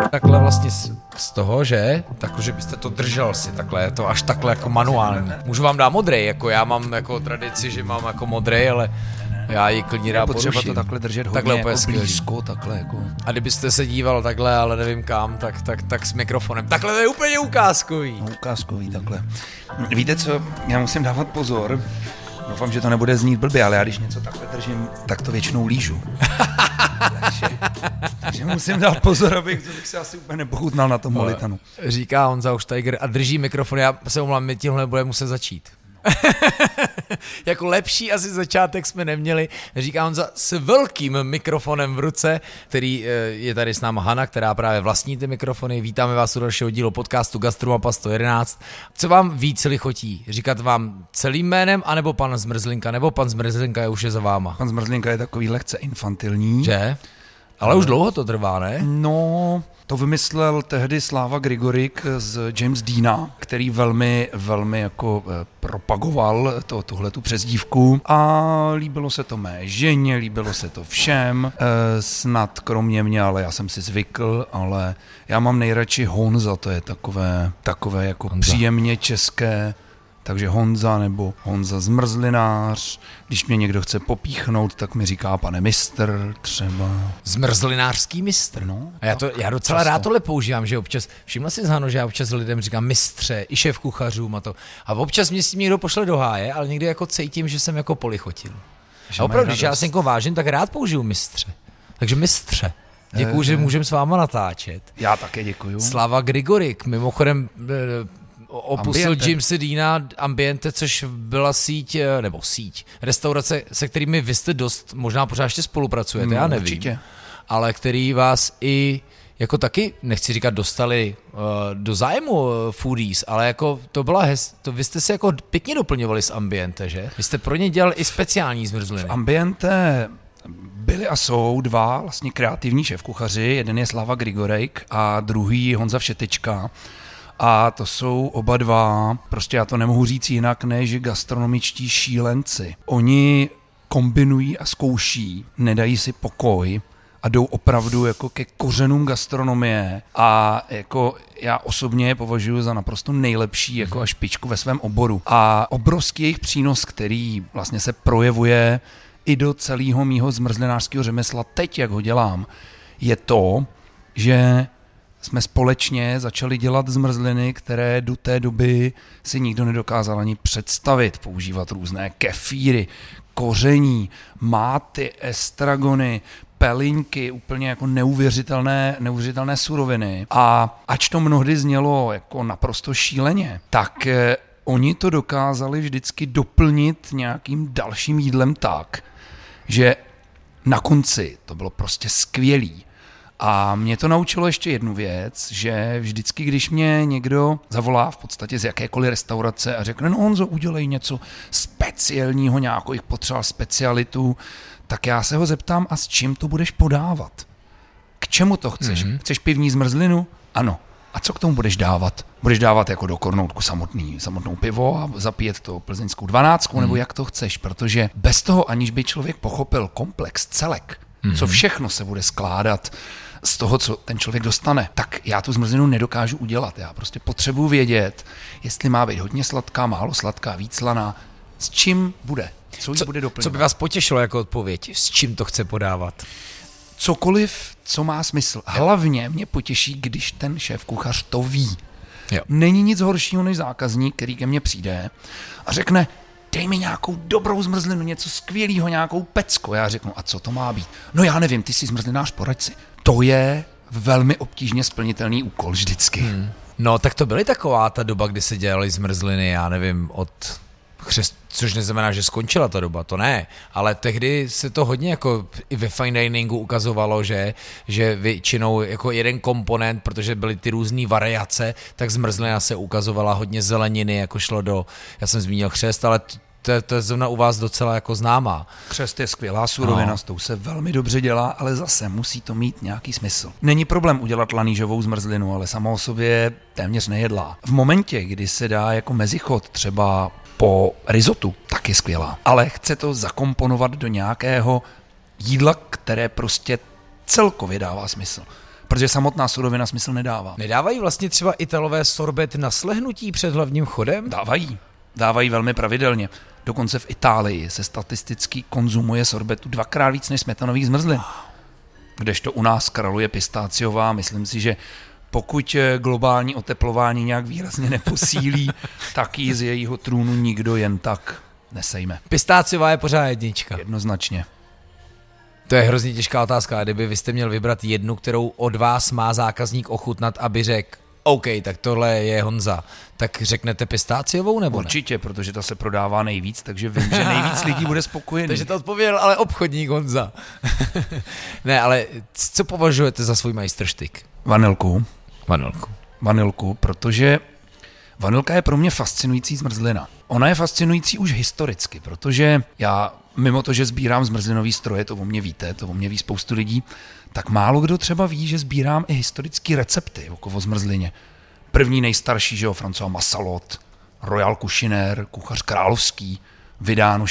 Takhle vlastně z toho, že? Takže byste to držel si takhle, je to až takhle jako manuální. Můžu vám dát modrej, jako já mám jako tradici, že mám jako modrej, ale já ji klidně rád poruším. Potřeba to takhle držet hodně takhle jako blízko, takhle jako. A kdybyste se díval takhle, ale nevím kam, tak s mikrofonem. Takhle to je úplně ukázkový. No, ukázkový takhle. Víte co, já musím dávat pozor. Doufám, že to nebude znít blbě, ale já když něco takhle držím, tak to většinou lížu. takže musím dát pozor, abych se asi úplně nepochutnal na tom molitanu. Říká Honza už Tiger a drží mikrofon, já se omlám, my tímhle bude muset začít. Jako lepší asi začátek jsme neměli, říká Honza s velkým mikrofonem v ruce, který je tady s náma Hana, která právě vlastní ty mikrofony. Vítáme vás u dalšího dílu podcastu Gastromapa 111. Co vám víc lichotí? Říkat vám celým jménem, anebo pan Zmrzlinka, nebo pan Zmrzlinka je už za váma? Pan Zmrzlinka je takový lehce infantilní. Že? Ale už dlouho to trvá, ne? No, to vymyslel tehdy Slava Grigorik z James Deana, který velmi jako propagoval tuhletu přezdívku a líbilo se to mé ženě, líbilo se to všem, snad kromě mě, ale já jsem si zvykl, ale já mám nejradši Honza, to je takové jako Honza. Příjemně české. Takže Honza nebo Honza Zmrzlinář, když mě někdo chce popíchnout, tak mi říká pane mistr třeba. Zmrzlinářský mistr? No. A já docela rád tohle používám, že občas, všimla si Hano, že já občas lidem říkám mistře, i šéf kuchařům a to. A občas mě s tím někdo pošle do háje, ale někdy jako cítím, že jsem jako polichotil. A opravdu, když já se někoho vážím, tak rád použiju mistře. Takže mistře. Děkuju, že můžem s váma natáčet. Já také děkuju. Slava Grigorik, mimochodem opustil Jamesa Deana Ambiente, což byla síť, restaurace, se kterými vy jste dost, možná pořád ještě spolupracujete, já nevím. Určitě. Ale který vás i jako taky, nechci říkat, dostali do zájmu foodies, ale jako to byla vy jste se jako pěkně doplňovali s Ambiente, že? Vy jste pro ně dělali i speciální zmrzliny. V Ambiente byli a jsou dva vlastně kreativní šéfkuchaři, jeden je Slava Grigorik a druhý Honza Všetečka. A to jsou oba dva, prostě já to nemohu říct jinak, než gastronomičtí šílenci. Oni kombinují a zkouší, nedají si pokoj a jdou opravdu jako ke kořenům gastronomie a jako já osobně je považuji za naprosto nejlepší jako a špičku ve svém oboru. A obrovský jejich přínos, který vlastně se projevuje i do celého mýho zmrzlinářského řemesla teď, jak ho dělám, je to, že jsme společně začali dělat zmrzliny, které do té doby si nikdo nedokázal ani představit. Používat různé kefíry, koření, máty, estragony, pelinky, úplně jako neuvěřitelné suroviny. A ač to mnohdy znělo jako naprosto šíleně, tak oni to dokázali vždycky doplnit nějakým dalším jídlem tak, že na konci to bylo prostě skvělý. A mě to naučilo ještě jednu věc, že vždycky, když mě někdo zavolá v podstatě z jakékoliv restaurace a řekne, no Honzo, udělej něco speciálního, nějakou jich potřeboval specialitu, tak já se ho zeptám, a s čím to budeš podávat? K čemu to chceš? Chceš pivní zmrzlinu? Ano. A co k tomu budeš dávat? Budeš dávat jako do kornoutku samotnou pivo a zapíjet to plzeňskou 12, nebo jak to chceš? Protože bez toho, aniž by člověk pochopil komplex, celek, co všechno se bude skládat z toho, co ten člověk dostane, tak já tu zmrzlinu nedokážu udělat. Já prostě potřebuji vědět, jestli má být hodně sladká, málo sladká, víc slaná, s čím bude, co jí bude doplňovat. Co by vás potěšilo jako odpověď, s čím to chce podávat? Cokoliv, co má smysl. Hlavně mě potěší, když ten šéfkuchař to ví. Jo. Není nic horšího než zákazník, který ke mně přijde a řekne, dej mi nějakou dobrou zmrzlinu, něco skvělého, nějakou pecko. Já řeknu, a co to má být? No já nevím, ty jsi zmrzlinář, poraď si. To je velmi obtížně splnitelný úkol vždycky. No tak to byly taková ta doba, kdy se dělaly zmrzliny, já nevím, což neznamená, že skončila ta doba, to ne, ale tehdy se to hodně jako i ve fine diningu ukazovalo, že většinou jako jeden komponent, protože byly ty různý variace, tak zmrzlina se ukazovala hodně zeleniny, jako šlo já jsem zmínil chřest, ale to je zrovna u vás docela jako známá. Křest je skvělá surovina, s tou se velmi dobře dělá, ale zase musí to mít nějaký smysl. Není problém udělat lanýžovou zmrzlinu, ale sama o sobě téměř nejedlá. V momentě, kdy se dá jako mezichod třeba po rizotu, tak je skvělá. Ale chce to zakomponovat do nějakého jídla, které prostě celkově dává smysl. protože samotná surovina smysl nedává. Nedávají vlastně třeba Italové sorbet na slehnutí před hlavním chodem? Dávají velmi pravidelně. Dokonce v Itálii se statisticky konzumuje sorbetu 2x víc než smetanových zmrzlin. Kdežto u nás kraluje pistáciová, myslím si, že pokud globální oteplování nějak výrazně neposílí, tak ji z jejího trůnu nikdo jen tak nesejme. Pistáciová je pořád jednička. Jednoznačně. To je hrozně těžká otázka. Kdyby vy jste měl vybrat jednu, kterou od vás má zákazník ochutnat, aby řekl, OK, tak tohle je Honza, tak řeknete pistáciovou nebo ne? Určitě, protože ta se prodává nejvíc, takže vím, že nejvíc lidí bude spokojený. Takže to odpověděl ale obchodník Honza. Ne, ale co považujete za svůj majstrštyk? Vanilku, protože vanilka je pro mě fascinující zmrzlina. Ona je fascinující už historicky, protože já, mimo to, že sbírám zmrzlinový stroje, to o mě víte, to o mě ví spoustu lidí, tak málo kdo třeba ví, že sbírám i historické recepty o zmrzlině. První nejstarší, že jo, François Massalot, Royal Cuisiner, kuchař královský, vydáno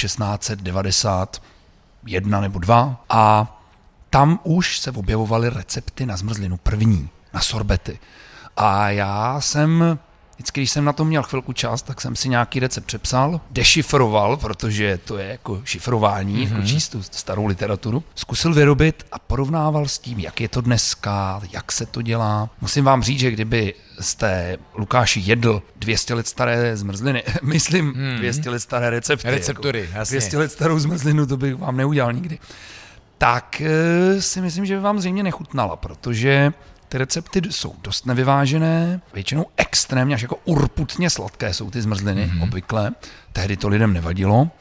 1691 nebo 2 a tam už se objevovaly recepty na zmrzlinu první, na sorbety. A já jsem vždycky, když jsem na to měl chvilku čas, tak jsem si nějaký recept přepsal, dešifroval, protože to je jako šifrování, jako číst tu starou literaturu, zkusil vyrobit a porovnával s tím, jak je to dneska, jak se to dělá. Musím vám říct, že kdyby jste, Lukáši, jedl 200 let staré zmrzliny, myslím 200 let staré receptury, jako jasně. 200 let starou zmrzlinu, to bych vám neudělal nikdy, tak si myslím, že by vám zřejmě nechutnala, protože ty recepty jsou dost nevyvážené, většinou extrémně až jako urputně sladké jsou ty zmrzliny, obvykle. Tehdy to lidem nevadilo,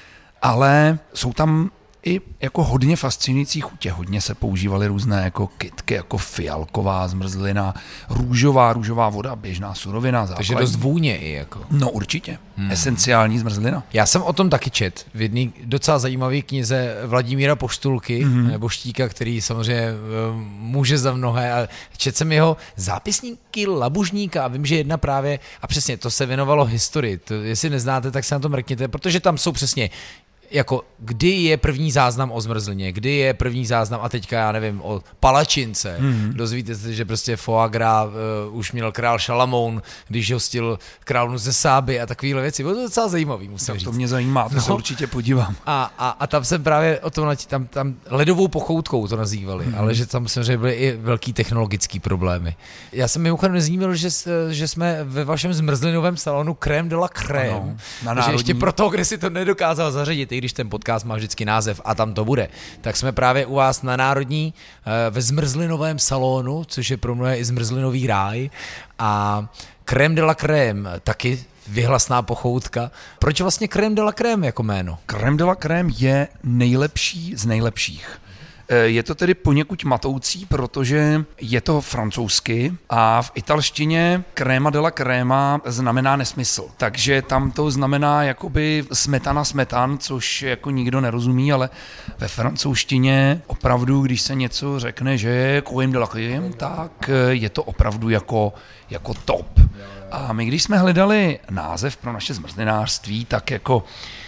ale jsou tam i jako hodně fascinující chutě. Hodně se používaly různé jako kytky, jako fialková zmrzlina, růžová voda, běžná surovina. Základní. Takže dost vůně i jako. No určitě. Esenciální zmrzlina. Já jsem o tom taky čet v jedné docela zajímavé knize Vladimíra Poštulky, nebo Štíka, který samozřejmě může za mnohé. A čet jsem jeho zápisníky Labužníka a vím, že jedna právě, a přesně to se věnovalo historii. To, jestli neznáte, tak se na to mrkněte, protože tam jsou přesně jako kdy je první záznam o zmrzlině, kdy je první záznam a teďka já nevím o palačince. Dozvíte se, že prostě foie gras už měl král Šalamoun, když hostil královnu ze Sáby a takovéhle věci. Bylo to docela zajímavý, musím říct. To mě zajímá, to se určitě podívám. A tam jsem právě o tom, tam ledovou pochoutkou to nazývali, ale že tam samozřejmě byly i velký technologický problémy. Já jsem mimochodem nezmínil, že jsme ve vašem zmrzlinovém salonu Crème de la Crème. Ano, že ještě pro toho, kde si to nedokázal zařadit, i když ten podcast má vždycky název a tam to bude, tak jsme právě u vás na Národní ve zmrzlinovém salonu, což je pro mě i zmrzlinový ráj a Crème de la Crème, taky vyhlasná pochoutka. Proč vlastně Crème de la Crème jako jméno? Crème de la Crème je nejlepší z nejlepších. Je to tedy poněkud matoucí, protože je to francouzsky a v italštině crema de la crema znamená nesmysl. Takže tam to znamená jakoby smetan, což jako nikdo nerozumí, ale ve francouzštině opravdu, když se něco řekne, že je crème de la crème, tak je to opravdu jako top. A my, když jsme hledali název pro naše zmrzlinářství, tak jako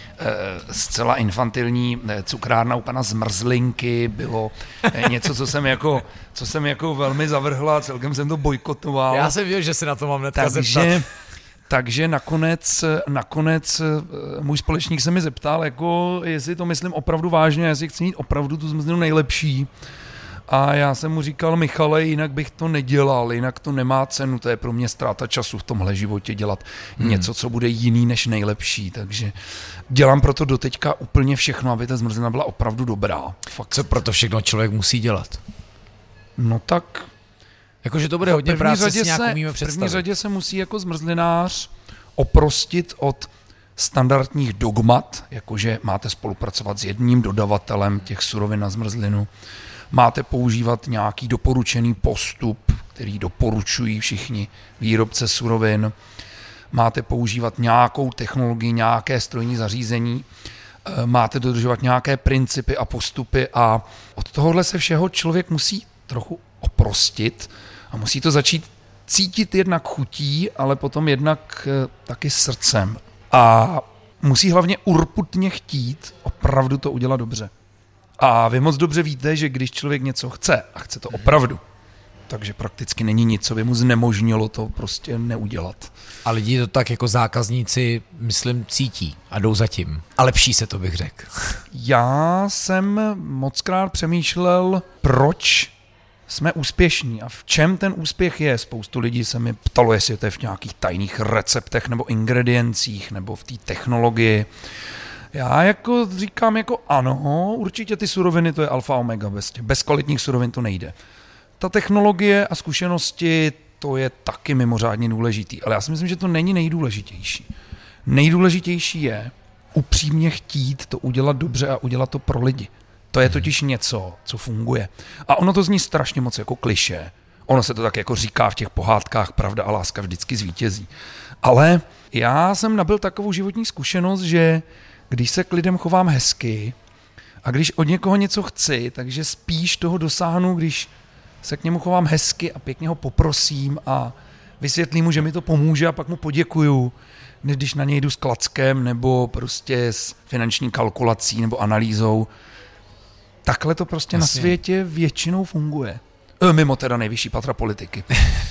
zcela infantilní cukrárna u pana Zmrzlinky bylo něco, co jsem jako velmi zavrhla, celkem jsem to bojkotoval. Já jsem věděl, že se na to mám hnedka zeptat. Takže nakonec můj společník se mi zeptal, jako jestli to myslím opravdu vážně, jestli chci mít opravdu tu zmrzlinu nejlepší. A já jsem mu říkal, Michale, jinak bych to nedělal, jinak to nemá cenu, to je pro mě ztráta času v tomhle životě dělat něco, co bude jiný než nejlepší, takže dělám proto doteďka úplně všechno, aby ta zmrzlina byla opravdu dobrá. Fakt. Co proto všechno člověk musí dělat? No tak... Jakože to bude hodně práce, s nějak umíme představit. V první řadě se musí jako zmrzlinář oprostit od standardních dogmat, jakože máte spolupracovat s jedním dodavatelem těch surovin na zmrzlinu, máte používat nějaký doporučený postup, který doporučují všichni výrobce surovin, máte používat nějakou technologii, nějaké strojní zařízení, máte dodržovat nějaké principy a postupy a od tohohle se všeho člověk musí trochu oprostit a musí to začít cítit jednak chutí, ale potom jednak taky srdcem. A musí hlavně urputně chtít opravdu to udělat dobře. A vy moc dobře víte, že když člověk něco chce a chce to opravdu, takže prakticky není nic, co by mu znemožnilo to prostě neudělat. A lidi to tak jako zákazníci, myslím, cítí a jdou za tím. A lepší se to, bych řekl. Já jsem mockrát přemýšlel, proč jsme úspěšní a v čem ten úspěch je. Spoustu lidí se mi ptalo, jestli to je v nějakých tajných receptech nebo ingrediencích nebo v té technologii. Já jako říkám jako ano, určitě ty suroviny to je alfa omega, bez kvalitních surovin to nejde. Ta technologie a zkušenosti, to je taky mimořádně důležitý, ale já si myslím, že to není nejdůležitější. Nejdůležitější je upřímně chtít to udělat dobře a udělat to pro lidi. To je totiž něco, co funguje. A ono to zní strašně moc jako klišé. Ono se to tak jako říká v těch pohádkách, pravda a láska vždycky zvítězí. Ale já jsem nabyl takovou životní zkušenost, že když se k lidem chovám hezky a když od někoho něco chci, takže spíš toho dosáhnu, když se k němu chovám hezky a pěkně ho poprosím a vysvětlím mu, že mi to pomůže a pak mu poděkuju, než když na něj jdu s klackem nebo prostě s finanční kalkulací nebo analýzou. Takhle to prostě na světě většinou funguje. Mimo teda nejvyšší patra politiky.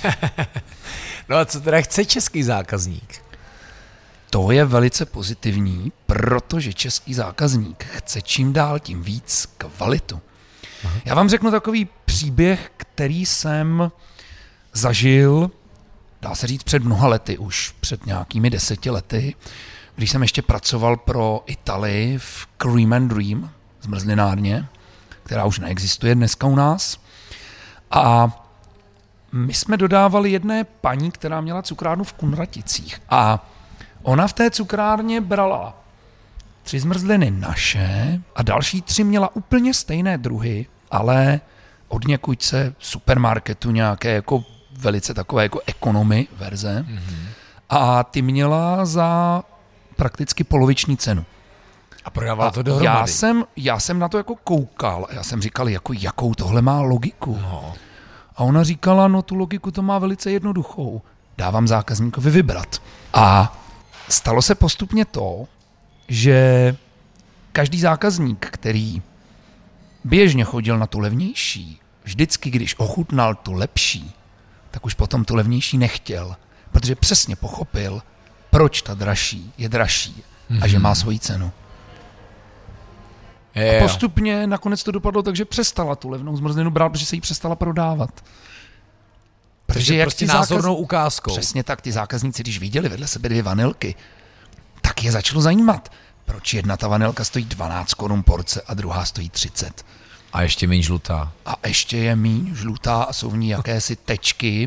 No a co teda chce český zákazník? To je velice pozitivní, protože český zákazník chce čím dál tím víc kvalitu. Aha. Já vám řeknu takový příběh, který jsem zažil, dá se říct před mnoha lety, už před nějakými 10 lety, když jsem ještě pracoval pro Italii v Cream and Dream, zmrzlinárně, která už neexistuje dneska u nás. A my jsme dodávali jedné paní, která měla cukrárnu v Kunraticích. A ona v té cukrárně brala 3 zmrzliny naše a další 3 měla úplně stejné druhy, ale od někud se supermarketu nějaké jako velice takové jako economy verze. Mm-hmm. A ty měla za prakticky poloviční cenu. A prodávala to dohromady. Já jsem na to jako koukal a já jsem říkal, jakou tohle má logiku. No. A ona říkala, no tu logiku to má velice jednoduchou. Dávám zákazníkovi vybrat. A stalo se postupně to, že každý zákazník, který běžně chodil na tu levnější, vždycky, když ochutnal tu lepší, tak už potom tu levnější nechtěl, protože přesně pochopil, proč ta dražší je dražší a že má svoji cenu. A postupně nakonec to dopadlo tak, že přestala tu levnou zmrzlinu brát, protože se jí přestala prodávat. Protože jak prostě názornou ukázkou. Přesně tak, ty zákazníci, když viděli vedle sebe 2 vanilky, tak je začalo zajímat, proč jedna ta vanilka stojí 12 korun porce a druhá stojí 30. A ještě méně žlutá. A ještě je méně žlutá a jsou v ní jakési tečky,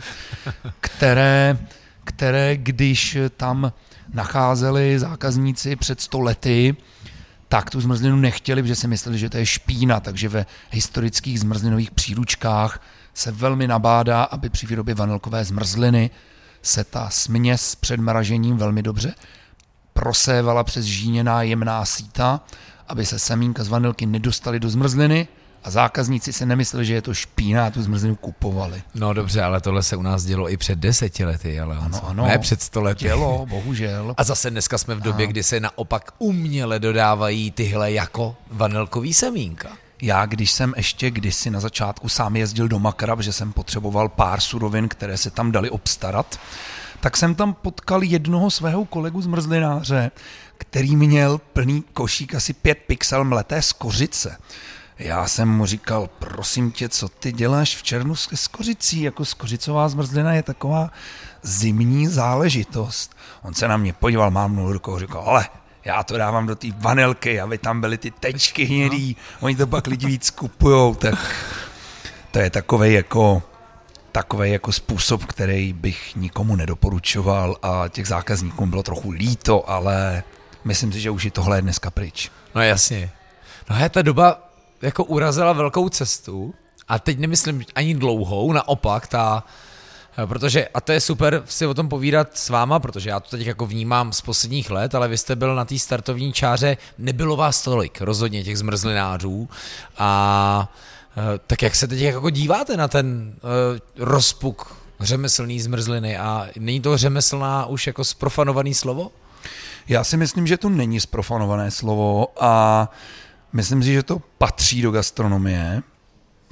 které když tam nacházeli zákazníci před 100 lety, tak tu zmrzlinu nechtěli, protože si mysleli, že to je špína, takže ve historických zmrzlinových příručkách se velmi nabádá, aby při výrobě vanilkové zmrzliny se ta směs před mražením velmi dobře prosévala přes žíněná jemná síta, aby se semínka z vanilky nedostaly do zmrzliny a zákazníci se nemysleli, že je to špína a tu zmrzlinu kupovali. No dobře, ale tohle se u nás dělo i před 10 lety, ale ano, ne před 100 lety. Dělo, bohužel. A zase dneska jsme v době, kdy se naopak uměle dodávají tyhle jako vanilkový semínka. Já, když jsem ještě kdysi na začátku sám jezdil do Makra, že jsem potřeboval pár surovin, které se tam dali obstarat, tak jsem tam potkal jednoho svého kolegu zmrzlináře, který měl plný košík asi 5 pixel mleté skořice. Já jsem mu říkal, prosím tě, co ty děláš v červnu s kořicí? Jako skořicová zmrzlina je taková zimní záležitost. On se na mě podíval, mávnul rukou, říkal, ale já to dávám do té vanilky, aby tam byly ty tečky hnědý, oni to pak lidi víc kupujou, tak to je takovej jako způsob, který bych nikomu nedoporučoval a těch zákazníkům bylo trochu líto, ale myslím si, že už i tohle je dneska pryč. No jasně. No a ta doba jako urazila velkou cestu a teď nemyslím ani dlouhou, naopak protože, a to je super si o tom povídat s váma, protože já to teď jako vnímám z posledních let, ale vy jste byl na té startovní čáře, nebylo vás tolik, rozhodně těch zmrzlinářů a tak jak se teď jako díváte na ten rozpuk řemeslný zmrzliny a není to řemeslná už jako sprofanovaný slovo? Já si myslím, že to není sprofanované slovo a myslím si, že to patří do gastronomie,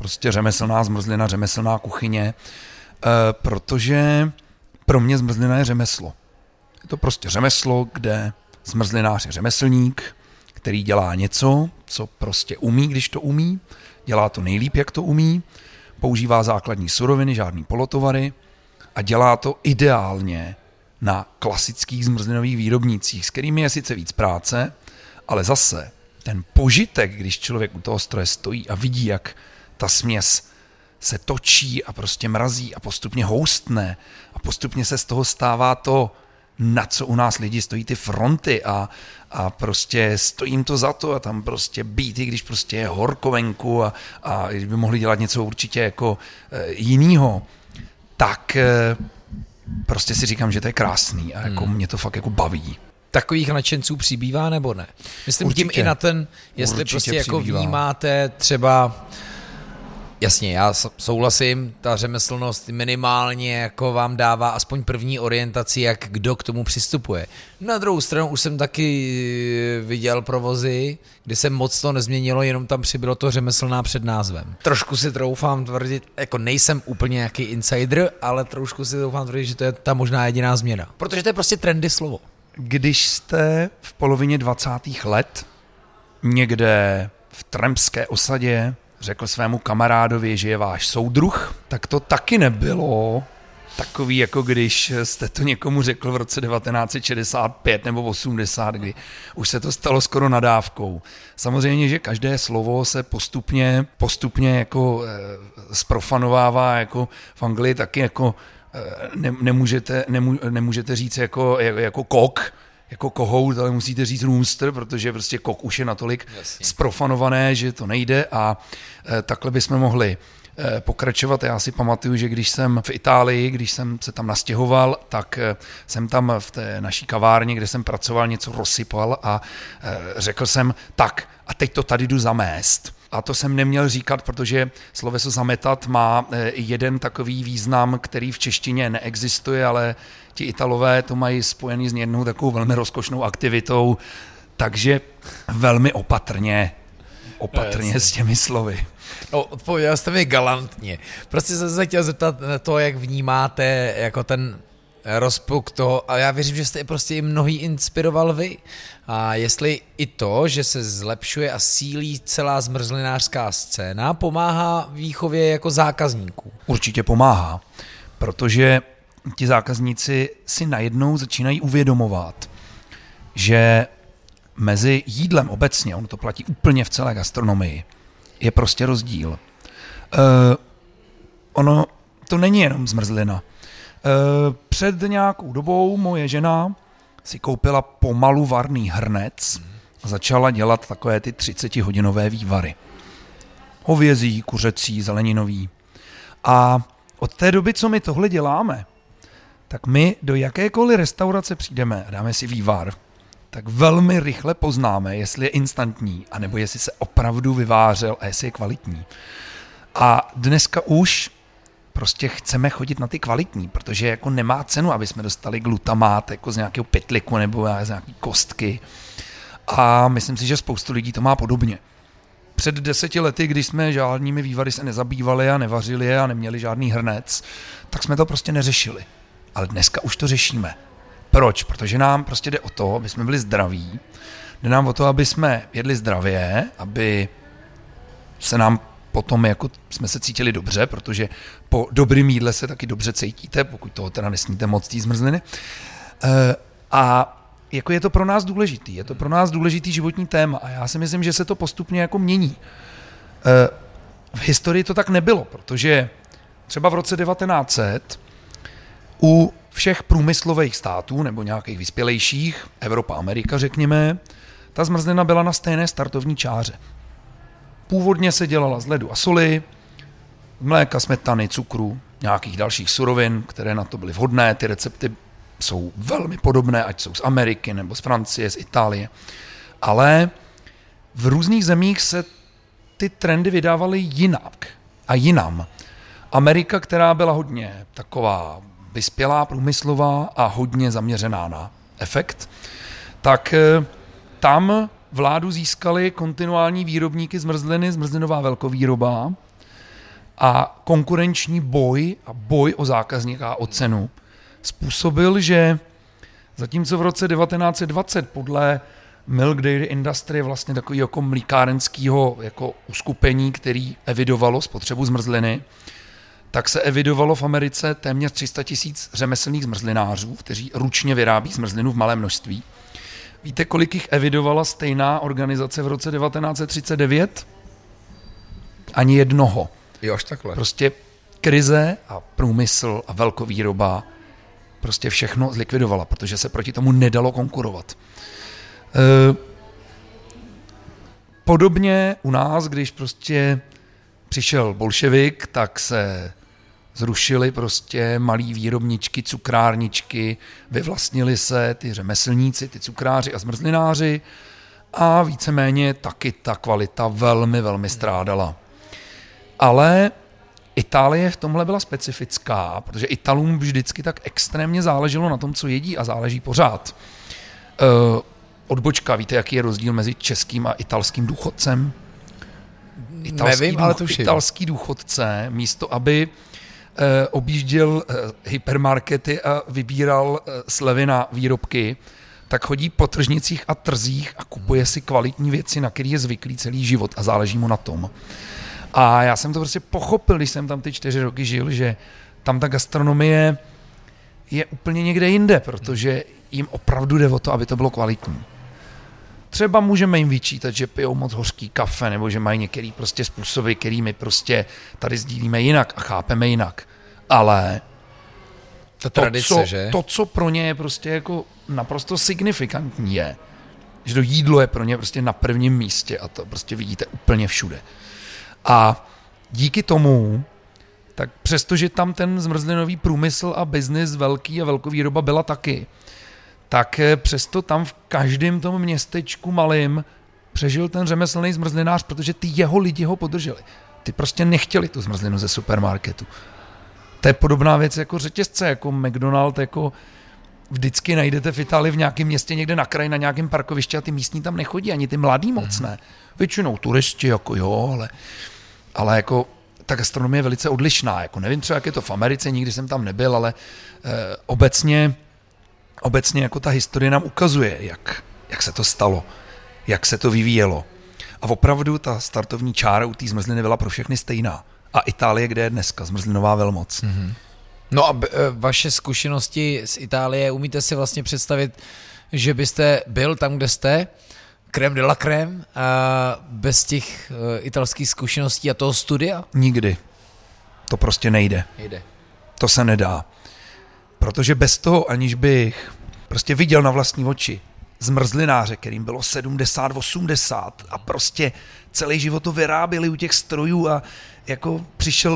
prostě řemeslná zmrzlina, řemeslná kuchyně, protože pro mě zmrzlina je řemeslo. Je to prostě řemeslo, kde zmrzlinář je řemeslník, který dělá něco, co prostě umí, když to umí, dělá to nejlíp, jak to umí, používá základní suroviny, žádný polotovary a dělá to ideálně na klasických zmrzlinových výrobnících, s kterými je sice víc práce, ale zase ten požitek, když člověk u toho stroje stojí a vidí, jak ta směs se točí a prostě mrazí a postupně houstne a postupně se z toho stává to, na co u nás lidi stojí ty fronty a prostě stojí jim to za to a tam prostě být, i když prostě je horko venku a když by mohli dělat něco určitě jako jinýho, tak prostě si říkám, že to je krásný a jako mě to fakt jako baví. Takových nadšenců přibývá nebo ne? Myslím Určitě. tím i na ten, jestli Určitě prostě jako přibývá. vnímáte třeba, jasně, já souhlasím, ta řemeslnost minimálně jako vám dává aspoň první orientaci, jak kdo k tomu přistupuje. Na druhou stranu už jsem taky viděl provozy, kde se moc to nezměnilo, jenom tam přibylo to řemeslná před názvem. Trošku si troufám tvrdit, jako nejsem úplně nějaký insider, ale trošku si troufám tvrdit, že to je ta možná jediná změna. Protože to je prostě trendy slovo. Když jste v polovině 20. let někde v trampské osadě řekl svému kamarádovi, že je váš soudruh, tak to taky nebylo takový, jako když jste to někomu řekl v roce 1965 nebo 80, kdy už se to stalo skoro nadávkou. Samozřejmě, že každé slovo se postupně jako zprofanovává, jako v Anglii taky jako nemůžete říct jako kok, jako kohout, ale musíte říct rooster, protože prostě kok už je natolik zprofanované, že to nejde a takhle bychom mohli pokračovat. Já si pamatuju, že když jsem v Itálii, když jsem se tam nastěhoval, tak jsem tam v té naší kavárně, kde jsem pracoval, něco rozsypal a řekl jsem, tak a teď to tady jdu zamést. A to jsem neměl říkat, protože sloveso zametat má jeden takový význam, který v češtině neexistuje, ale ti Italové to mají spojený s jednou takovou velmi rozkošnou aktivitou, takže velmi opatrně s těmi slovy. No, odpověděl jste mi galantně. Prostě jsem se chtěl zeptat na to, jak vnímáte jako ten rozpuk toho, a já věřím, že jste prostě i mnohý inspiroval vy. A jestli i to, že se zlepšuje a sílí celá zmrzlinářská scéna, pomáhá výchově jako zákazníků. Určitě pomáhá, protože ti zákazníci si najednou začínají uvědomovat, že mezi jídlem obecně, ono to platí úplně v celé gastronomii, je prostě rozdíl. Ono to není jenom zmrzlina. Před nějakou dobou moje žena si koupila pomalu varný hrnec a začala dělat takové ty 30-hodinové vývary. Hovězí, kuřecí, zeleninový. A od té doby, co my tohle děláme, tak my do jakékoliv restaurace přijdeme a dáme si vývar, tak velmi rychle poznáme, jestli je instantní, anebo jestli se opravdu vyvářel a jestli je kvalitní. A dneska už prostě chceme chodit na ty kvalitní, protože jako nemá cenu, aby jsme dostali glutamát jako z nějakého pytliku nebo z nějaké kostky. A myslím si, že spoustu lidí to má podobně. Před 10 lety, když jsme žádnými vývary se nezabývali a nevařili je a neměli žádný hrnec, tak jsme to prostě neřešili. Ale dneska už to řešíme. Proč? Protože nám prostě jde o to, aby jsme byli zdraví. Jde nám o to, aby jsme jedli zdravě, aby se nám potom jako jsme se cítili dobře, protože po dobrým jídle se taky dobře cítíte, pokud toho teda nesníte moc té zmrzliny. A jako je to pro nás důležitý. Je to pro nás důležitý životní téma a já si myslím, že se to postupně jako mění. V historii to tak nebylo, protože třeba v roce 1900 u všech průmyslových států nebo nějakých vyspělejších, Evropa, Amerika řekněme, ta zmrzlina byla na stejné startovní čáře. Původně se dělala z ledu a soli, mléka, smetany, cukru, nějakých dalších surovin, které na to byly vhodné. Ty recepty jsou velmi podobné, ať jsou z Ameriky nebo z Francie, z Itálie. Ale v různých zemích se ty trendy vydávaly jinak a jinam. Amerika, která byla hodně taková vyspělá, průmyslová a hodně zaměřená na efekt, tak tam vládu získali kontinuální výrobníky zmrzliny, zmrzlinová velkovýroba, A konkurenční boj a boj o zákazníka a o cenu způsobil, že zatímco v roce 1920 podle Milk Dairy Industry, vlastně takový jako mlíkárenského jako uskupení, který evidovalo spotřebu zmrzliny, tak se evidovalo v Americe téměř 300 000 řemeslných zmrzlinářů, kteří ručně vyrábí zmrzlinu v malém množství. Víte, kolik jich evidovala stejná organizace v roce 1939? Ani jednoho. Jo, až takhle. Prostě krize a průmysl a velkovýroba prostě všechno zlikvidovala, protože se proti tomu nedalo konkurovat. Podobně u nás, když prostě přišel bolševik, tak se zrušily prostě malý výrobničky, cukrárničky, vyvlastnili se ty řemeslníci, ty cukráři a zmrzlináři a víceméně taky ta kvalita velmi, velmi strádala. Ale Itálie v tomhle byla specifická, protože Italům vždycky tak extrémně záleželo na tom, co jedí a záleží pořád. Odbočka, víte, jaký je rozdíl mezi českým a italským důchodcem? Italský důchodce, místo aby objížděl hypermarkety a vybíral slevy na výrobky, tak chodí po tržnicích a trzích a kupuje si kvalitní věci, na které je zvyklý celý život a záleží mu na tom. A já jsem to prostě pochopil, když jsem tam ty 4 roky žil, že tam ta gastronomie je úplně někde jinde, protože jim opravdu jde o to, aby to bylo kvalitní. Třeba můžeme jim vyčítat, že pijou moc hořký kafe, nebo že mají některé prostě způsoby, kterými prostě tady sdílíme jinak a chápeme jinak. Ale to, co pro ně je prostě jako naprosto signifikantní je, že to jídlo je pro ně prostě na prvním místě a to prostě vidíte úplně všude. A díky tomu, tak přestože tam ten zmrzlinový průmysl a biznis velký a velkovýroba byla taky, tak přesto tam v každém tom městečku malým přežil ten řemeslný zmrzlinář, protože ty jeho lidi ho podrželi. Ty prostě nechtěli tu zmrzlinu ze supermarketu. To je podobná věc jako řetězce, jako McDonald, jako vždycky najdete v Itálii v nějakém městě někde na kraji, na nějakém parkovišti a ty místní tam nechodí, ani ty mladý moc ne. Většinou turisti, jako jo, ale jako ta gastronomie je velice odlišná. Jako nevím třeba, jak je to v Americe, nikdy jsem tam nebyl, ale obecně jako ta historie nám ukazuje, jak se to stalo, jak se to vyvíjelo. A opravdu ta startovní čára u té zmrzliny byla pro všechny stejná. A Itálie, kde je dneska zmrzlinová velmoc. Mm-hmm. No a vaše zkušenosti z Itálie, umíte si vlastně představit, že byste byl tam, kde jste, crème de la crème, bez těch italských zkušeností a toho studia? Nikdy. To prostě nejde. To se nedá. Protože bez toho, aniž bych prostě viděl na vlastní oči zmrzlináře, kterým bylo 70, 80 a prostě celý život to vyráběli u těch strojů a jako přišel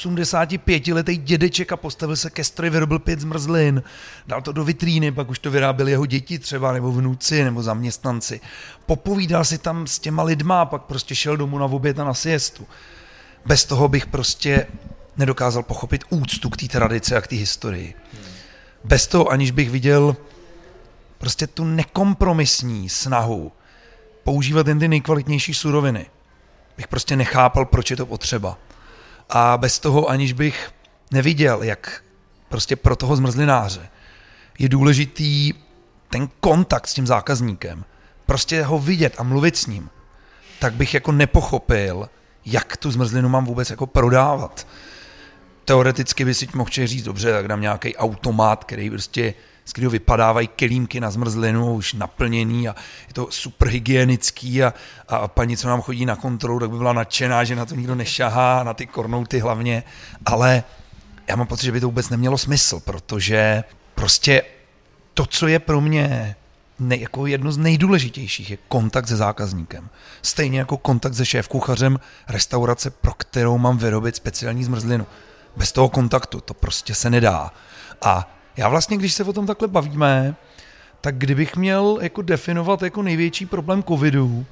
85letý dědeček a postavil se ke stroji, vyrobil 5 zmrzlin, dal to do vitríny, pak už to vyráběli jeho děti třeba, nebo vnuci, nebo zaměstnanci. Popovídal si tam s těma lidma a pak prostě šel domů na oběd a na siestu. Bez toho bych prostě nedokázal pochopit úctu k té tradici a k té historii. Bez toho, aniž bych viděl prostě tu nekompromisní snahu používat jen ty nejkvalitnější suroviny, bych prostě nechápal, proč je to potřeba. A bez toho, aniž bych neviděl, jak prostě pro toho zmrzlináře je důležitý ten kontakt s tím zákazníkem, prostě ho vidět a mluvit s ním, tak bych jako nepochopil, jak tu zmrzlinu mám vůbec jako prodávat. Teoreticky by si mohl říct, dobře, tak dám nějaký automat, který prostě z kterého vypadávají kelímky na zmrzlinu, už naplněný a je to super hygienický a paní, co nám chodí na kontrolu, tak by byla nadšená, že na to nikdo nešahá, na ty kornouty hlavně, ale já mám pocit, že by to vůbec nemělo smysl, protože prostě to, co je pro mě jako jedno z nejdůležitějších, je kontakt se zákazníkem. Stejně jako kontakt se šéfkuchařem restaurace, pro kterou mám vyrobit speciální zmrzlinu. Bez toho kontaktu to prostě se nedá. A já vlastně, když se o tom takhle bavíme, tak kdybych měl jako definovat jako největší problém covidu,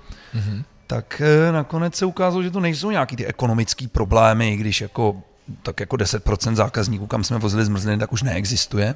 tak nakonec se ukázalo, že to nejsou nějaký ty ekonomický problémy, když jako, tak jako 10% zákazníků, kam jsme vozili zmrzliny, tak už neexistuje.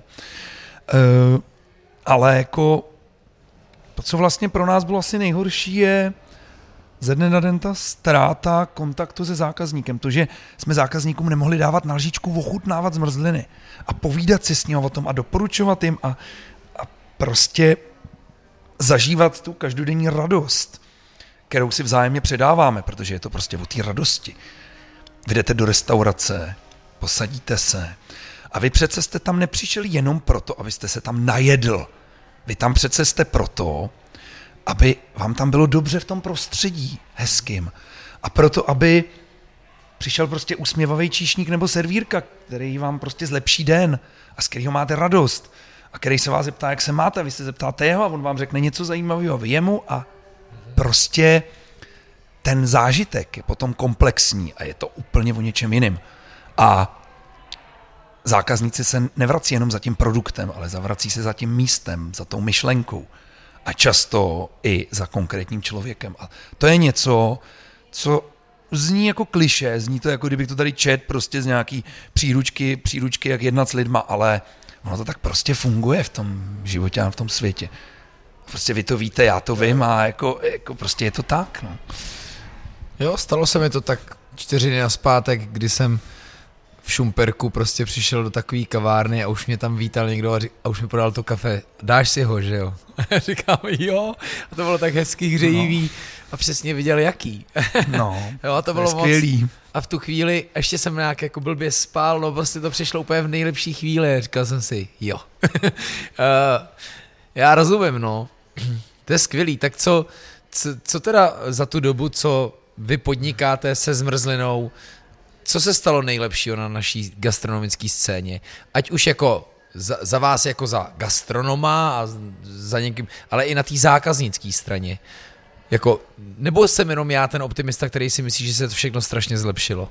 Ale jako to, co vlastně pro nás bylo asi nejhorší, je ze dne na den ta ztráta kontaktu se zákazníkem, to, že jsme zákazníkům nemohli dávat na lžičku ochutnávat zmrzliny a povídat si s ním o tom a doporučovat jim a prostě zažívat tu každodenní radost, kterou si vzájemně předáváme, protože je to prostě o té radosti. Vy jdete do restaurace, posadíte se a vy přece jste tam nepřišli jenom proto, abyste se tam najedl. Vy tam přece jste proto, aby vám tam bylo dobře v tom prostředí hezkým a proto, aby přišel prostě usměvavý číšník nebo servírka, který vám prostě zlepší den a z kterého máte radost a který se vás zeptá, jak se máte, vy se zeptáte jeho a on vám řekne něco zajímavého vy jemu a prostě ten zážitek je potom komplexní a je to úplně o něčem jiným. A zákazníci se nevrací jenom za tím produktem, ale zavrací se za tím místem, za tou myšlenkou a často i za konkrétním člověkem. A to je něco, co zní jako klišé, zní to jako kdybych to tady čet prostě z nějaký příručky, jak jednat s lidma, ale ono to tak prostě funguje v tom životě a v tom světě. Prostě vy to víte, já to vím a jako prostě je to tak. No. Jo, stalo se mi to tak 4 dny nazpátek, kdy jsem v Šumperku prostě přišel do takové kavárny a už mě tam vítal někdo a už mi podal to kafe. Dáš si ho, že jo? Říkám, jo. A to bylo tak hezký, hřejivý a přesně viděl, jaký. No, jo, a to bylo skvělý. Moc. A v tu chvíli ještě jsem nějak jako blbě spal, no prostě to přišlo úplně v nejlepší chvíli. Říkal jsem si, jo. Já rozumím, no. To je skvělý. Tak co teda za tu dobu, co vy podnikáte se zmrzlinou, co se stalo nejlepšího na naší gastronomické scéně? Ať už jako za vás jako za gastronoma a za někým, ale i na té zákaznické straně. Jako, nebo jsem jenom já ten optimista, který si myslí, že se to všechno strašně zlepšilo?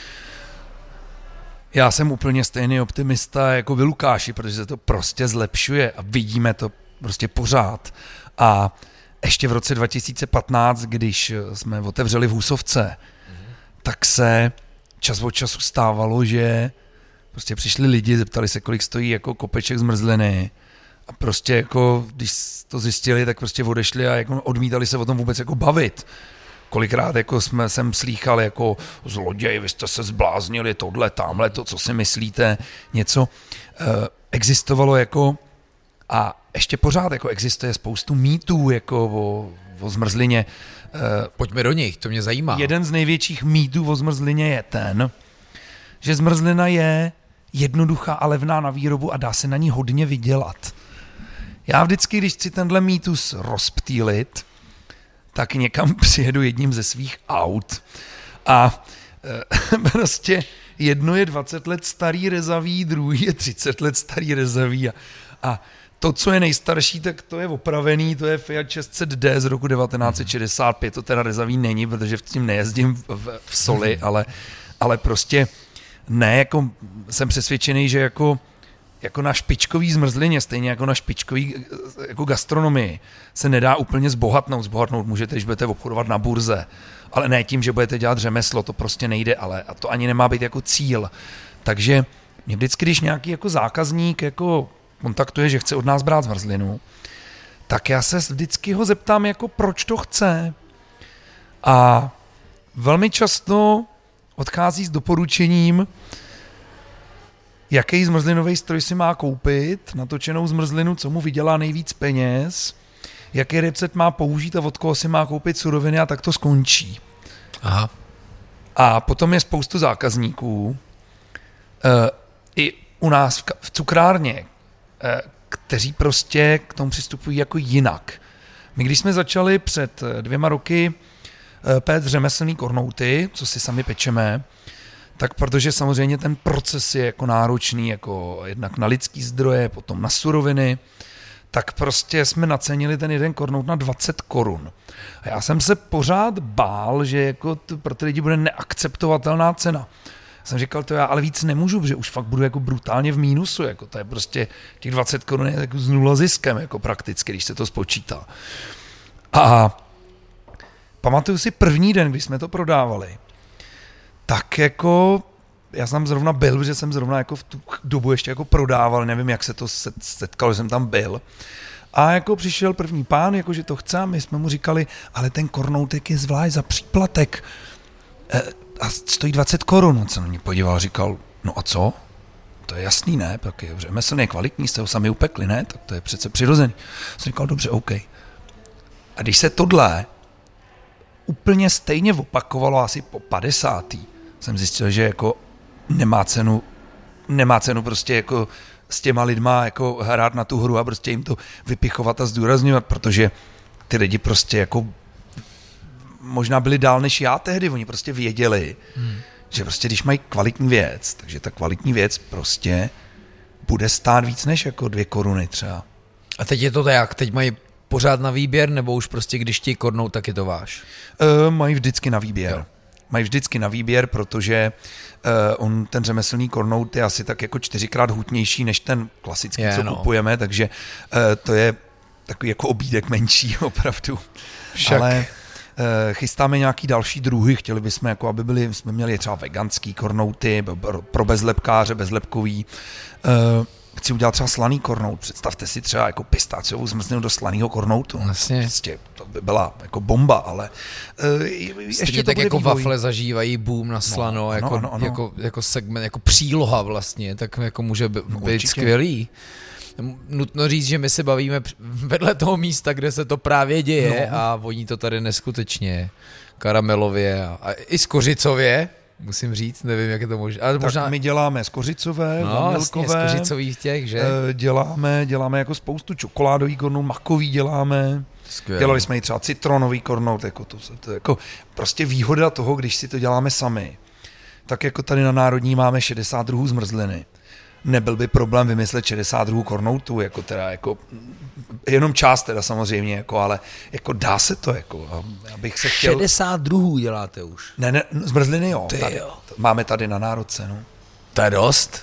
Já jsem úplně stejný optimista jako vy, Lukáši, protože se to prostě zlepšuje a vidíme to prostě pořád. A ještě v roce 2015, když jsme otevřeli v Husovce, tak se čas od času stávalo, že prostě přišli lidi, zeptali se, kolik stojí jako kopeček zmrzliny a prostě jako, když to zjistili, tak prostě odešli a jako odmítali se o tom vůbec jako bavit. Kolikrát jako jsem slýchal jako zloději, vy jste se zbláznili, tohle, tamhle, to, co si myslíte, něco. Existovalo jako a ještě pořád jako existuje spoustu mýtů jako o zmrzlině. Pojďme do nich, to mě zajímá. Jeden z největších mýtů o zmrzlině je ten, že zmrzlina je jednoduchá a levná na výrobu a dá se na ní hodně vydělat. Já vždycky, když chci tenhle mýtus rozptýlit, tak někam přijedu jedním ze svých aut a prostě jedno je 20 let starý rezavý, druhý je 30 let starý rezavý a to, co je nejstarší, tak to je opravený, to je Fiat 600D z roku 1965, to teda rezavý není, protože v tím nejezdím v soli, ale prostě ne, jako jsem přesvědčený, že jako na špičkový zmrzlině, stejně jako na špičkový jako gastronomii, se nedá úplně zbohatnout. Zbohatnout můžete, když budete obchodovat na burze, ale ne tím, že budete dělat řemeslo, to prostě nejde, a to ani nemá být jako cíl. Takže mě vždycky, když nějaký jako zákazník jako kontaktuje, že chce od nás brát zmrzlinu, tak já se vždycky ho zeptám, jako proč to chce. A velmi často odchází s doporučením, jaký zmrzlinový stroj si má koupit, natočenou zmrzlinu, co mu vydělá nejvíc peněz, jaký recept má použít a od koho si má koupit suroviny a tak to skončí. Aha. A potom je spoustu zákazníků, i u nás v cukrárně, kteří prostě k tomu přistupují jako jinak. My když jsme začali před 2 roky péct řemeslný kornouty, co si sami pečeme, tak protože samozřejmě ten proces je jako náročný, jako jednak na lidský zdroje, potom na suroviny, tak prostě jsme nacenili ten jeden kornout na 20 korun. A já jsem se pořád bál, že jako pro ty lidi bude neakceptovatelná cena. Jsem říkal, to já ale víc nemůžu, protože už fakt budu jako brutálně v mínusu, jako to je prostě těch 20 korun je jako z nula ziskem, jako prakticky, když se to spočítá. A pamatuju si první den, když jsme to prodávali, tak jako já jsem zrovna byl, že jsem zrovna jako v tu dobu ještě jako prodával, nevím, jak se to setkalo, že jsem tam byl. A jako přišel první pán, jakože to chce, a my jsme mu říkali, ale ten kornoutek je zvlášť za příplatek a stojí 20 korun. On se na mě podíval a říkal, no a co? To je jasný, ne? Tak je řemeslný, kvalitní, jste ho sami upekli, ne? Tak to je přece přirozený. Jsem říkal, dobře, OK. A když se tohle úplně stejně opakovalo asi po 50. jsem zjistil, že jako nemá cenu prostě jako s těma lidma jako hrát na tu hru a prostě jim to vypichovat a zdůrazňovat, protože ty lidi prostě jako možná byli dál než já tehdy, oni prostě věděli, že prostě když mají kvalitní věc, takže ta kvalitní věc prostě bude stát víc než jako 2 koruny třeba. A teď je to jak? Teď mají pořád na výběr, nebo už prostě když ti kornou, tak je to váš? Mají vždycky na výběr. Jo. Mají vždycky na výběr, protože ten řemeslný kornout je asi tak jako 4krát hutnější než ten klasický, kupujeme, takže to je takový jako obídek menší opravdu. Však. Ale chystáme nějaký další druhy, chtěli bychom, jako aby jsme měli třeba veganský kornouty, pro bezlepkáře, bezlepkový. Chci udělat třeba slaný kornout, představte si třeba jako pistáciovou zmrzlinu do slaného kornoutu. Vlastně. Prostě to by byla jako bomba, ale ještě tak jako vývoj. Wafle zažívají boom na slano, jako segment, jako příloha vlastně, tak jako může být skvělý. Nutno říct, že my se bavíme vedle toho místa, kde se to právě děje a voní to tady neskutečně karamelově a i skořicově, musím říct, nevím, jak je to možné. Tak možná... my děláme skořicové, vanilkové. Skořicových těch, že? Děláme jako spoustu čokoládový kornout, makový děláme. Skvělý. Dělali jsme i třeba citronový kornout, jako to jako prostě výhoda toho, když si to děláme sami. Tak jako tady na Národní máme 60 druhů zmrzliny. Nebyl by problém vymyslet 60 druhů kornoutů, jako teda jako jenom část teda samozřejmě, jako, ale jako dá se to, jako, abych se chtěl... 60 druhů děláte už? Ne, zmrzliny jo. Tady, máme tady na Národce, no. To je dost?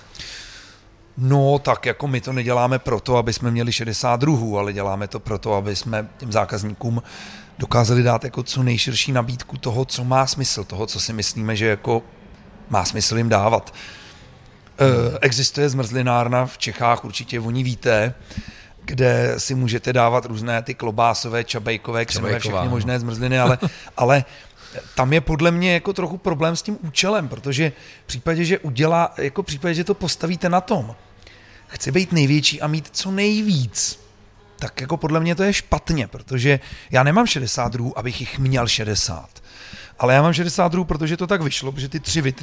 No, tak jako my to neděláme proto, aby jsme měli 60 druhů, ale děláme to proto, aby jsme těm zákazníkům dokázali dát jako co nejširší nabídku toho, co má smysl, toho, co si myslíme, že jako má smysl jim dávat. Existuje zmrzlinárna v Čechách, určitě o ní víte, kde si můžete dávat různé ty klobásové, čabejkové, křenové, všechny možné zmrzliny, ale tam je podle mě jako trochu problém s tím účelem, protože v případě, že to postavíte na tom, chci být největší a mít co nejvíc, tak jako podle mě to je špatně, protože já nemám 60 druhů, abych jich měl 60. Ale já mám 60 druhů, protože to tak vyšlo, protože ty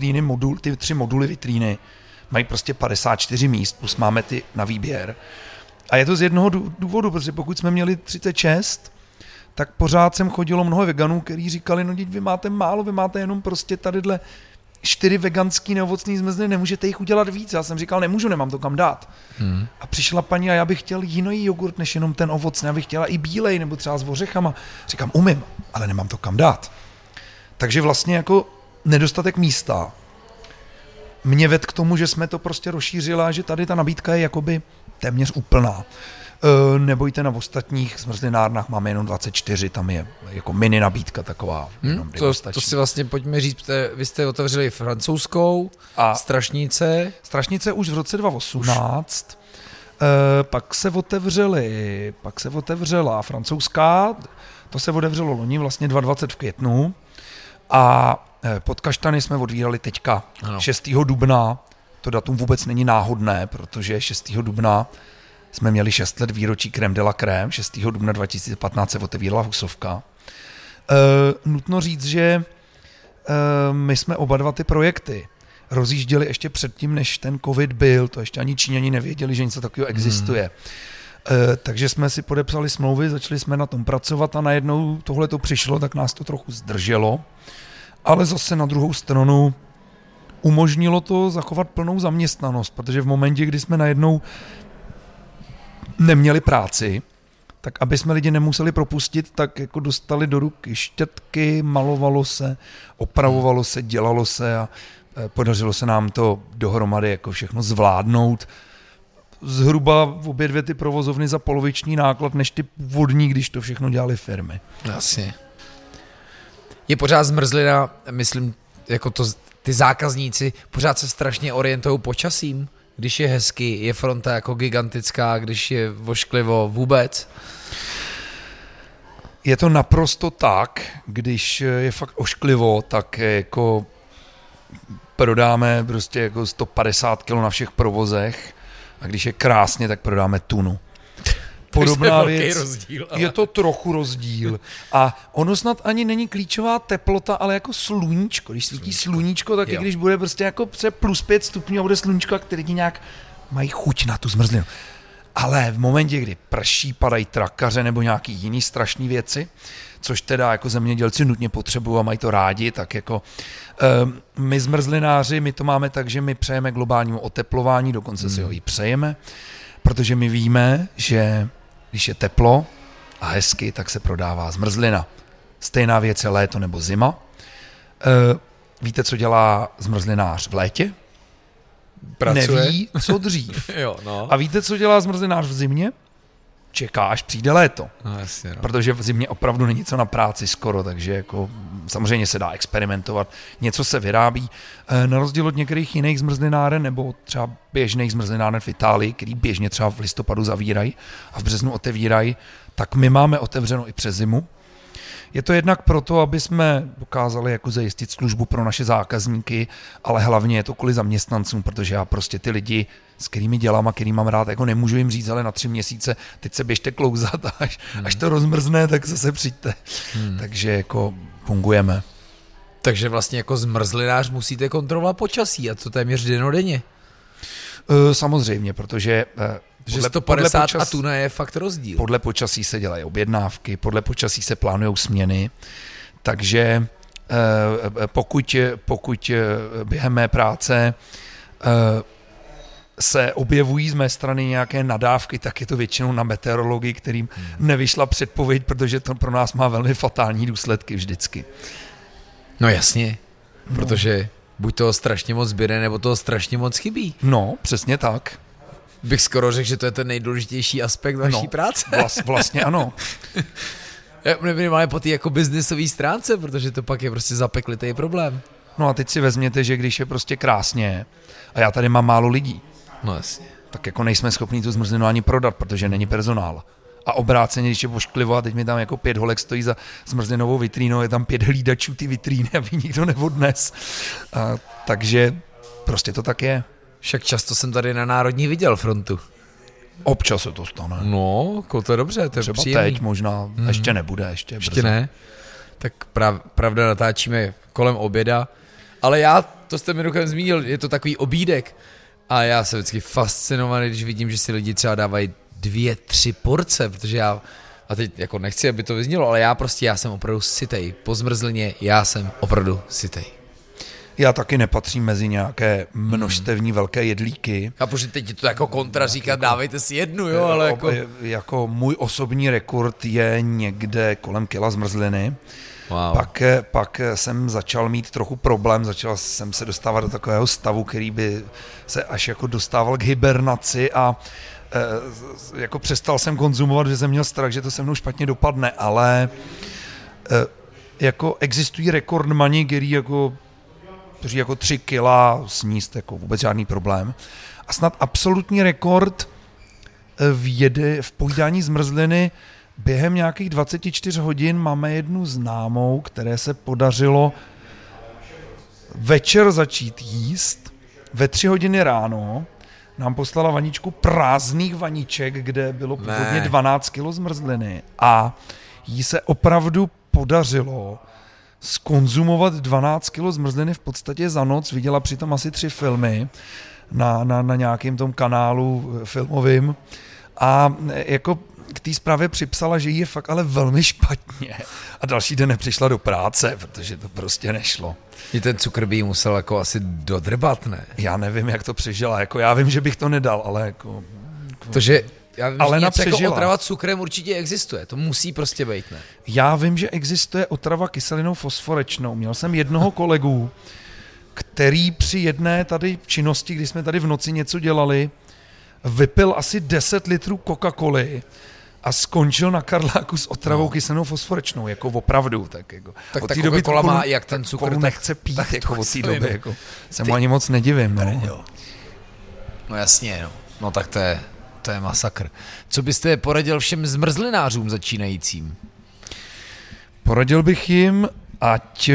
3 moduly vitríny mají prostě 54 míst, plus máme ty na výběr. A je to z jednoho důvodu, protože pokud jsme měli 36, tak pořád sem chodilo mnoho veganů, kteří říkali, no vy máte málo, vy máte jenom prostě tadyhle 4 veganský neovocný zmrzliny, nemůžete jich udělat víc. Já jsem říkal, nemám to kam dát. A přišla paní a já bych chtěl jiný jogurt, než jenom ten ovocný, já bych chtěla i bílej, nebo třeba s ořechama. Říkám, umím, ale nemám to kam dát. Takže vlastně jako nedostatek místa mě ved k tomu, že jsme to prostě rozšířili a že tady ta nabídka je jakoby téměř úplná. Nebojte, na ostatních zmrzlinárnách máme jenom 24, tam je jako mini nabídka taková. To si vlastně pojďme říct, vy jste otevřeli francouzskou a Strašnice. Strašnice už v roce 2018, pak se otevřela francouzská, to se otevřelo loni, vlastně 2020 v květnu a pod Kaštany jsme otvírali teďka 6. dubna, to datum vůbec není náhodné, protože 6. dubna jsme měli 6 let výročí Crème de la Crème, 6. dubna 2015 se otevírala Husovka. Nutno říct, že my jsme oba dva ty projekty rozjížděli ještě předtím, než ten covid byl, to ještě ani Číňani nevěděli, že něco takového existuje. Takže jsme si podepsali smlouvy, začali jsme na tom pracovat a najednou tohle to přišlo, tak nás to trochu zdrželo, ale zase na druhou stranu umožnilo to zachovat plnou zaměstnanost, protože v momentě, kdy jsme najednou neměli práci, tak aby jsme lidi nemuseli propustit, tak jako dostali do ruky štětky, malovalo se, opravovalo se, dělalo se a podařilo se nám to dohromady jako všechno zvládnout. Zhruba obě dvě ty provozovny za poloviční náklad než ty původní, když to všechno dělali firmy. Jasně. Je pořád zmrzlina, myslím, jako to, ty zákazníci pořád se strašně orientují počasím, Když je hezky, je fronta jako gigantická, když je vošklivo vůbec? Je to naprosto tak, když je fakt ošklivo, tak jako prodáme prostě jako 150 kg na všech provozech a když je krásně, tak prodáme tunu. Podobná věc. Rozdíl, ale... Je to trochu rozdíl. A ono snad ani není klíčová teplota, ale jako sluníčko. Když svítí sluníčko, tak i když bude prostě jako plus 5 stupňů a bude sluníčko, a který nějak mají chuť na tu zmrzlinu. Ale v momentě, kdy prší, padají trakaře nebo nějaký jiný strašný věci, což teda jako zemědělci nutně potřebují a mají to rádi, tak jako my zmrzlináři, my to máme tak, že my přejeme globálnímu oteplování, dokonce si ho i přejeme, protože my víme, že když je teplo a hezky, tak se prodává zmrzlina. Stejná věc je léto nebo zima. Víte, co dělá zmrzlinář v létě? Pracuje. Neví, co dřív. Jo, no. A víte, co dělá zmrzlinář v zimě? Čeká, až přijde léto. No, jasně, no. Protože v zimě opravdu není co na práci skoro, takže jako samozřejmě se dá experimentovat. Něco se vyrábí. Na rozdíl od některých jiných zmrzlináren nebo třeba běžných zmrzlináren v Itálii, který běžně třeba v listopadu zavírají a v březnu otevírají, tak my máme otevřeno i přes zimu. Je to jednak proto, aby jsme dokázali jako zajistit službu pro naše zákazníky, ale hlavně je to kvůli zaměstnancům, protože já prostě ty lidi, s kterými dělám a který mám rád, jako nemůžu jim říct, ale na 3 měsíce, teď se běžte klouzat a až to rozmrzne, tak zase přijďte. Takže jako fungujeme. Takže vlastně jako zmrzlinář musíte kontrolovat počasí a to téměř dennodenně. Samozřejmě, protože že 150 a tuna je fakt rozdíl. Podle počasí se dělají objednávky, podle počasí se plánují směny, takže pokud během mé práce se objevují z mé strany nějaké nadávky, tak je to většinou na meteorologii, kterým nevyšla předpověď, protože to pro nás má velmi fatální důsledky vždycky. No jasně, protože buď toho strašně moc zbyde, nebo toho strašně moc chybí. No, přesně tak. Bych skoro řekl, že to je ten nejdůležitější aspekt vaší práce. Vlastně ano. Minimálně po té jako biznisové stránce, protože to pak je prostě zapeklitý problém. No a teď si vezměte, že když je prostě krásně a já tady mám málo lidí, no jasně, tak jako nejsme schopni tu zmrzlinu ani prodat, protože není personál. A obráceně, když je vošklivo a teď mi tam jako 5 holek stojí za zmrzlinovou vitrínou, je tam 5 hlídačů ty vitríny, aby nikdo neodnes. Takže prostě to tak je. Však často jsem tady na Národní viděl frontu. Občas se to stane. No, jako to je dobře, to je třeba příjemný. Teď možná, ještě nebude, ještě ne. Tak pravda natáčíme kolem oběda, ale to jste mi dokonce zmínil, je to takový obídek a já jsem vždycky fascinovaný, když vidím, že si lidi třeba dávají 2-3 porce, protože já, a teď jako nechci, aby to vyznělo, ale já jsem opravdu sytej. Po zmrzlině já jsem opravdu sytej. Já taky nepatřím mezi nějaké množstevní velké jedlíky. A protože teď je to jako kontra říkat, dávejte si jednu, jo, ale jako můj osobní rekord je někde kolem kila zmrzliny. Wow. Pak jsem začal mít trochu problém, začal jsem se dostávat do takového stavu, který by se až jako dostával k hibernaci a jako přestal jsem konzumovat, že jsem měl strach, že to se mnou špatně dopadne, ale jako existují rekordmani, kteří jako 3 kila sníst, jako vůbec žádný problém. A snad absolutní rekord v pojídání zmrzliny během nějakých 24 hodin máme jednu známou, které se podařilo večer začít jíst, ve 3 hodiny ráno nám poslala vaničku prázdných vaniček, kde bylo původně 12 kilo zmrzliny a jí se opravdu podařilo zkonzumovat 12 kilo zmrzliny v podstatě za noc, viděla přitom asi 3 filmy na nějakém tom kanálu filmovým a jako k té zprávě připsala, že jí je fakt ale velmi špatně a další den nepřišla do práce, protože to prostě nešlo. I ten cukr by jí musel jako asi dodrbat, ne? Já nevím, jak to přežila, jako já vím, že bych to nedal, ale jako... Protože já vím, ale že něco jako otrava cukrem určitě existuje, to musí prostě být, ne? Já vím, že existuje otrava kyselinou fosforečnou. Měl jsem jednoho kolegu, který při jedné tady činnosti, kdy jsme tady v noci něco dělali, vypil asi 10 litrů Coca-Coly a skončil na Karláku s otravou kyselinou fosforečnou, jako opravdu. Tak ta Coca-Cola má jak ten cukr, nechce pít, jako od té doby, jako se mu ani moc nedivím. No. No jasně, no. No tak to je masakr. Co byste poradil všem zmrzlinářům začínajícím? Poradil bych jim, ať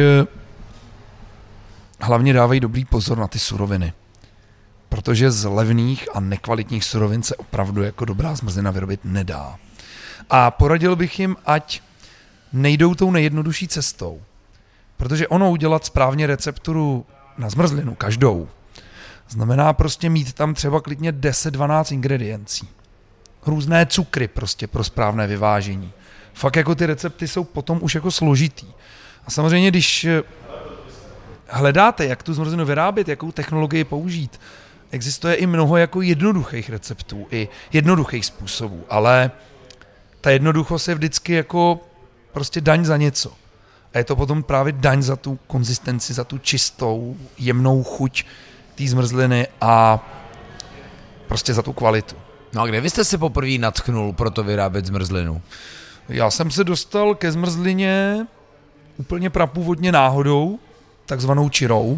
hlavně dávají dobrý pozor na ty suroviny. Protože z levných a nekvalitních surovin se opravdu jako dobrá zmrzlina vyrobit nedá. A poradil bych jim, ať nejdou tou nejjednodušší cestou. Protože ono udělat správně recepturu na zmrzlinu, každou, znamená prostě mít tam třeba klidně 10-12 ingrediencí. Různé cukry prostě pro správné vyvážení. Fakt jako ty recepty jsou potom už jako složitý. A samozřejmě, když hledáte, jak tu zmrzlinu vyrábět, jakou technologii použít, existuje i mnoho jako jednoduchých receptů, i jednoduchých způsobů, ale ta jednoduchost je vždycky jako prostě daň za něco. A je to potom právě daň za tu konzistenci, za tu čistou, jemnou chuť té zmrzliny a prostě za tu kvalitu. No a kde vy jste se poprvé natknul pro to vyrábět zmrzlinu? Já jsem se dostal ke zmrzlině úplně prapůvodně náhodou, takzvanou čirou.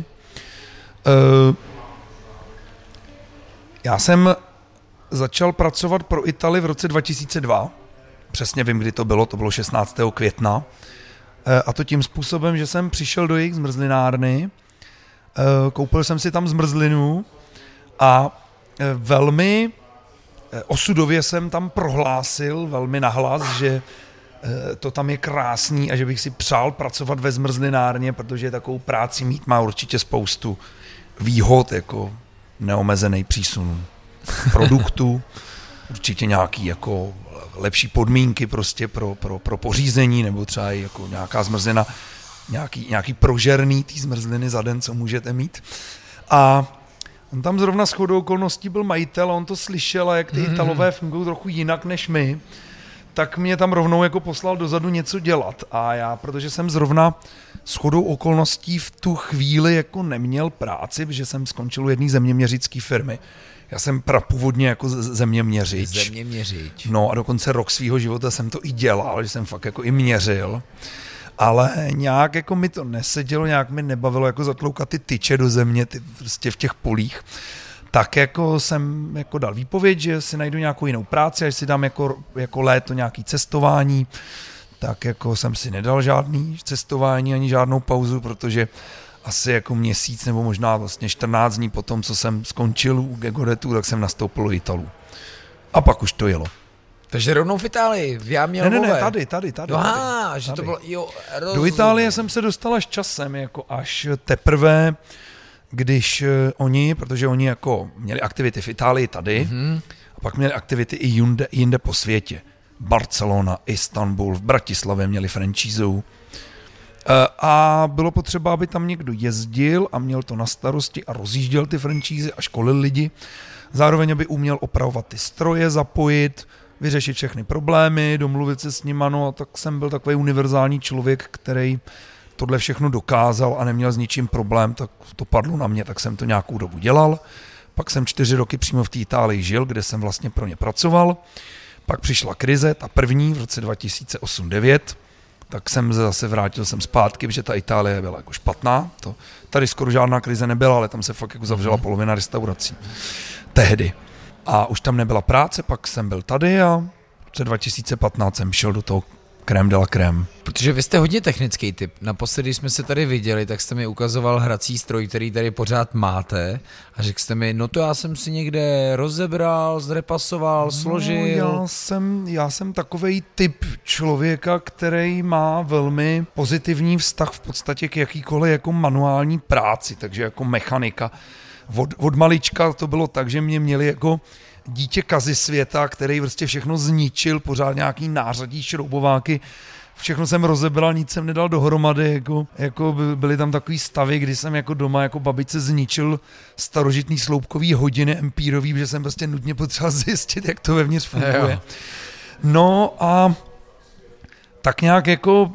Já jsem začal pracovat pro Itali v roce 2002. Přesně vím, kdy to bylo 16. května. A to tím způsobem, že jsem přišel do jejich zmrzlinárny, koupil jsem si tam zmrzlinu a velmi osudově jsem tam prohlásil, velmi nahlas, že to tam je krásný a že bych si přál pracovat ve zmrzlinárně, protože takovou práci mít má určitě spoustu výhod, jako neomezený přísun produktů, určitě nějaký jako lepší podmínky prostě pro pořízení, nebo třeba i jako nějaká zmrzlina, nějaký prožerný té zmrzliny za den, co můžete mít. A on tam zrovna shodou okolností byl majitel a on to slyšel a jak ty Italové fungují trochu jinak než my, tak mě tam rovnou jako poslal dozadu něco dělat. A já, protože jsem zrovna shodou okolností v tu chvíli jako neměl práci, protože jsem skončil u jedné zeměměřické firmy. Já jsem prapůvodně jako zeměměřič. No a dokonce rok svýho života jsem to i dělal, že jsem fakt jako i měřil. Ale nějak jako mi to nesedělo, nějak mi nebavilo jako zatloukat ty tyče do země, ty prostě v těch polích. Tak jako jsem jako dal výpověď, že si najdu nějakou jinou práci, až si dám jako léto nějaký cestování, tak jako jsem si nedal žádný cestování ani žádnou pauzu, protože asi jako měsíc nebo možná vlastně 14 dní potom, co jsem skončil u Gegodetu, tak jsem nastoupil do Italu. A pak už to jelo. Takže rovnou v Itálii, v Jámě Lvové. Ne, tady. Aha, že to bylo, jo, rozumím. Do Itálie jsem se dostal až časem, jako až teprve, když oni, protože oni jako měli aktivity v Itálii tady, a pak měli aktivity i jinde po světě. Barcelona, Istanbul, v Bratislavě měli franšízu. A bylo potřeba, aby tam někdo jezdil a měl to na starosti a rozjížděl ty franšízy a školil lidi. Zároveň, aby uměl opravovat ty stroje, zapojit, vyřešit všechny problémy, domluvit se s nima, no a tak jsem byl takový univerzální člověk, který tohle všechno dokázal a neměl s ničím problém, tak to padlo na mě, tak jsem to nějakou dobu dělal. Pak jsem 4 roky přímo v té Itálii žil, kde jsem vlastně pro ně pracoval. Pak přišla krize, ta první v roce 2008-2009, tak jsem zase vrátil jsem zpátky, protože ta Itálie byla jako špatná. Tady skoro žádná krize nebyla, ale tam se fakt jako zavřela polovina restaurací. Tehdy. A už tam nebyla práce, pak jsem byl tady a v roce 2015 jsem šel do toho crème de la crème. Protože vy jste hodně technický typ. Naposledy, když jsme se tady viděli, tak jste mi ukazoval hrací stroj, který tady pořád máte a řekl jste mi, no to já jsem si někde rozebral, zrepasoval, složil. Já jsem takovej typ člověka, který má velmi pozitivní vztah v podstatě k jakýkoliv jako manuální práci, takže jako mechanika. Od malička to bylo tak, že mě měli jako dítě kazy světa, který prostě všechno zničil, pořád nějaký nářadí, šroubováky, všechno jsem rozebral, nic jsem nedal dohromady, jako byly tam takový stavy, kdy jsem jako doma jako babice zničil starožitný sloupkový hodiny empírový, protože jsem prostě nutně potřeboval zjistit, jak to vevnitř funguje. No a tak nějak jako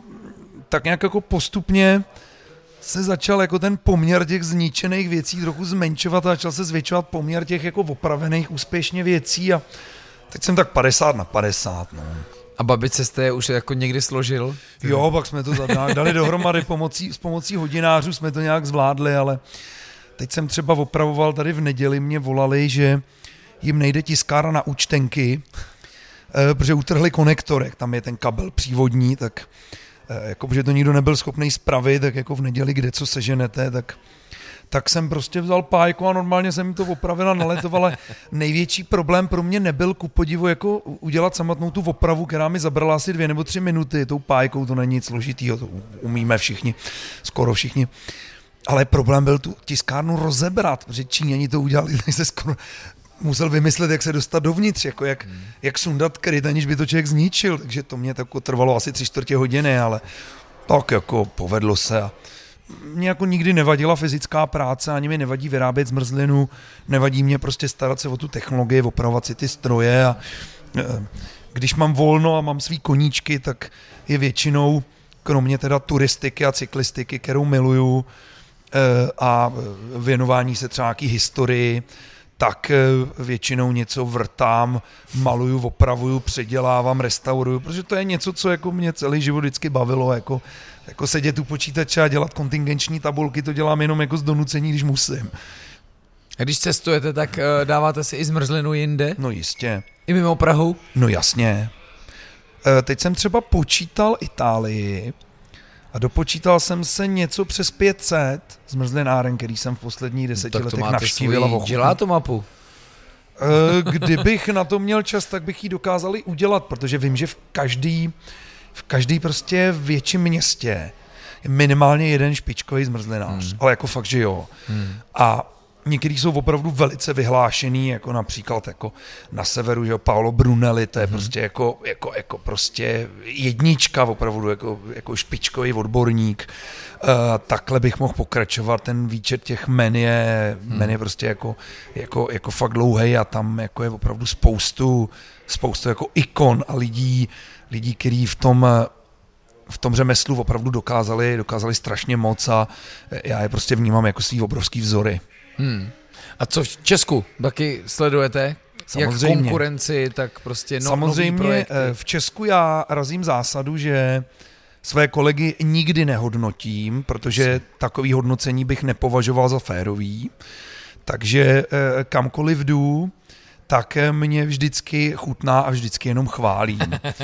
postupně se začal jako ten poměr těch zničených věcí trochu zmenšovat a začal se zvětšovat poměr těch jako opravených úspěšně věcí a teď jsem tak 50/50, no. A babice jste je už jako někdy složil? Jo, pak jsme to dali dohromady s pomocí hodinářů jsme to nějak zvládli, ale Teď jsem třeba opravoval, tady v neděli mě volali, že jim nejde tiskárna na účtenky, protože utrhli konektorek, tam je ten kabel přívodní, tak jako, že to nikdo nebyl schopný spravit, tak jako v neděli, kde co seženete, tak jsem prostě vzal pájku a normálně jsem jim to opravil a naletoval, ale největší problém pro mě nebyl ku podivu jako udělat samotnou tu opravu, která mi zabrala asi 2 nebo 3 minuty, tou pájkou to není nic složitýho, to umíme všichni, skoro všichni. Ale problém byl tu tiskárnu rozebrat, protože Číňani to udělali, tak se skoro musel vymyslet, jak se dostat dovnitř, jako jak sundat kryt, aniž by to člověk zničil, takže to mě tak trvalo asi 3/4 hodiny, ale tak jako povedlo se a mě jako nikdy nevadila fyzická práce, ani mi nevadí vyrábět zmrzlinu, nevadí mě prostě starat se o tu technologii, opravovat si ty stroje a když mám volno a mám svý koníčky, tak je většinou, kromě teda turistiky a cyklistiky, kterou miluju a věnování se třeba nějaký historii, tak většinou něco vrtám, maluju, opravuju, předělávám, restauruju, protože to je něco, co jako mě celý život vždycky bavilo, jako sedět u počítače a dělat kontingenční tabulky, to dělám jenom jako z donucení, když musím. A když cestujete, tak dáváte si i zmrzlinu jinde? No jistě. I mimo Prahu? No jasně. Teď jsem třeba počítal Itálii a dopočítal jsem se něco přes 500 zmrzlináren, který jsem v posledních 10 letech navštívil a ochutnal. Gelato mapu. Kdybych na to měl čas, tak bych ji dokázal i udělat, protože vím, že v každý prostě větším městě je minimálně jeden špičkový zmrzlinář, ale jako fakt, že jo. A některý jsou opravdu velice vyhlášený, jako například jako na severu, že jo, Paolo Brunelli, to je prostě jako prostě jednička, opravdu jako špičkový odborník. Takhle bych mohl pokračovat, ten výčet těch men je prostě jako fakt dlouhej a tam jako je opravdu spoustu jako ikon a lidí, kteří v tom řemeslu opravdu dokázali strašně moc a já je prostě vnímám jako svý obrovský vzory. A co v Česku? Taky sledujete? Samozřejmě. Jak konkurenci, tak prostě samozřejmě nový projekty. V Česku já razím zásadu, že své kolegy nikdy nehodnotím, protože takový hodnocení bych nepovažoval za férový. Takže kamkoliv jdu, tak mě vždycky chutná a vždycky jenom chválím.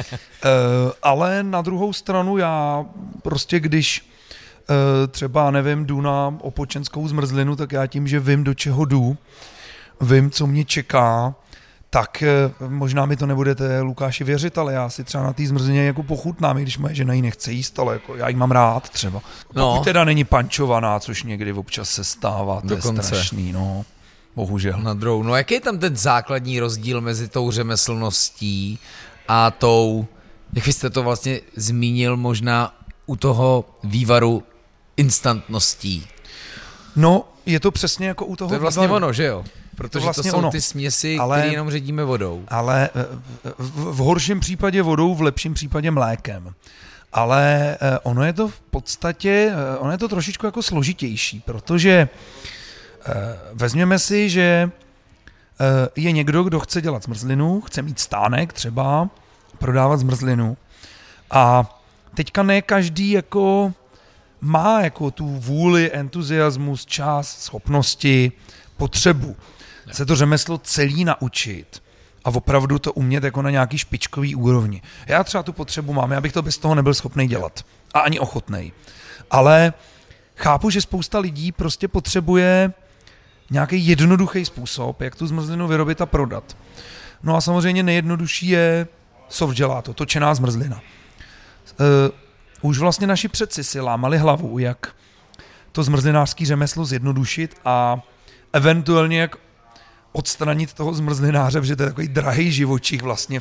Ale na druhou stranu já prostě když třeba, nevím, jdu na opočenskou zmrzlinu, tak já tím, že vím, do čeho jdu, vím, co mě čeká, tak možná mi to nebudete, Lukáši, věřit, ale já si třeba na té zmrzlině jako pochutnám, i když moje žena ji nechce jíst, ale jako já ji mám rád třeba. Pokud teda není pančovaná, což někdy občas se stává, to dokonce je strašný, no. Bohužel. Na druhou. No jaký je tam ten základní rozdíl mezi tou řemeslností a tou, jak vy jste to vlastně zmínil, možná u toho vývaru instantností? No, je to přesně jako u toho. To je vlastně ono, že jo? Protože vlastně to jsou ono. ty směsi, které jenom ředíme vodou. Ale v horším případě vodou, v lepším případě mlékem. Ale ono je to v podstatě, ono je to trošičku jako složitější, protože vezměme si, že je někdo, kdo chce dělat zmrzlinu, chce mít stánek třeba, prodávat zmrzlinu a teďka ne každý jako má jako tu vůli, entuziasmus, čas, schopnosti, potřebu se to řemeslo celý naučit a opravdu to umět jako na nějaký špičkový úrovni. Já třeba tu potřebu mám, já bych to bez toho nebyl schopný dělat a ani ochotnej. Ale chápu, že spousta lidí prostě potřebuje nějaký jednoduchý způsob, jak tu zmrzlinu vyrobit a prodat. No a samozřejmě nejjednodušší je soft gelato, točená zmrzlina. Už vlastně naši předci si lámali hlavu, jak to zmrzlinářský řemeslo zjednodušit a eventuálně jak odstranit toho zmrzlináře, protože to je takový drahý živočich vlastně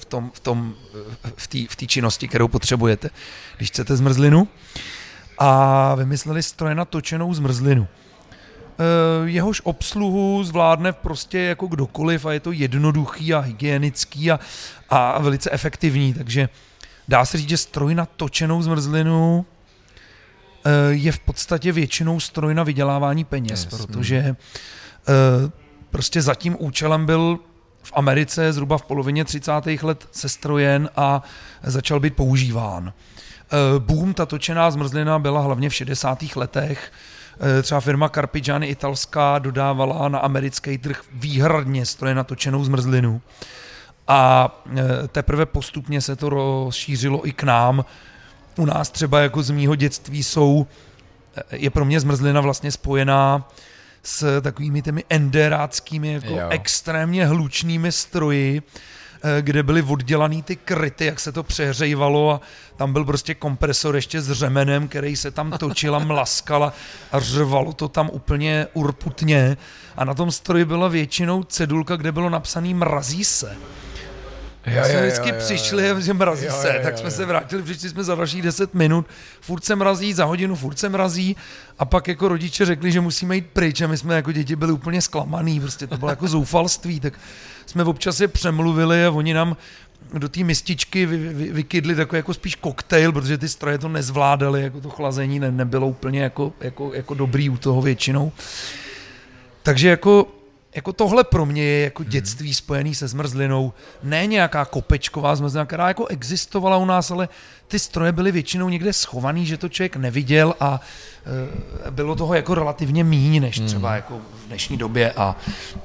v té činnosti, kterou potřebujete, když chcete zmrzlinu. A vymysleli stroj na točenou zmrzlinu. Jehož obsluhu zvládne prostě jako kdokoliv a je to jednoduchý a hygienický a velice efektivní, takže dá se říct, že stroj na točenou zmrzlinu je v podstatě většinou stroj na vydělávání peněz, protože prostě za tím účelem byl v Americe zhruba v polovině 30. let sestrojen a začal být používán. Boom, ta točená zmrzlina byla hlavně v 60. letech, třeba firma Carpigiani italská dodávala na americký trh výhradně stroje na točenou zmrzlinu. A teprve postupně se to rozšířilo i k nám. U nás třeba jako z mýho dětství je pro mě zmrzlina vlastně spojená s takovými těmi enderáckými jako extrémně hlučnými stroji, kde byly oddělaný ty kryty, jak se to přehřejvalo a tam byl prostě kompresor ještě s řemenem, který se tam točil a mlaskal a řvalo to tam úplně urputně a na tom stroji byla většinou cedulka, kde bylo napsaný mrazí se. Jsme vždycky přišli, že mrazí se, tak jsme se vrátili, přišli jsme za dalších 10 minut, furt se mrazí, za hodinu furt se mrazí a pak jako rodiče řekli, že musíme jít pryč a my jsme jako děti byli úplně zklamaný, prostě to bylo jako zoufalství, tak jsme občas je přemluvili a oni nám do té mističky vykydli takový jako spíš koktejl, protože ty stroje to nezvládali, jako to chlazení nebylo úplně jako dobrý u toho většinou. Takže jako tohle pro mě je jako dětství spojený se zmrzlinou, ne nějaká kopečková zmrzlina, která jako existovala u nás, ale ty stroje byly většinou někde schovaný, že to člověk neviděl a bylo toho jako relativně míň, než třeba jako v dnešní době a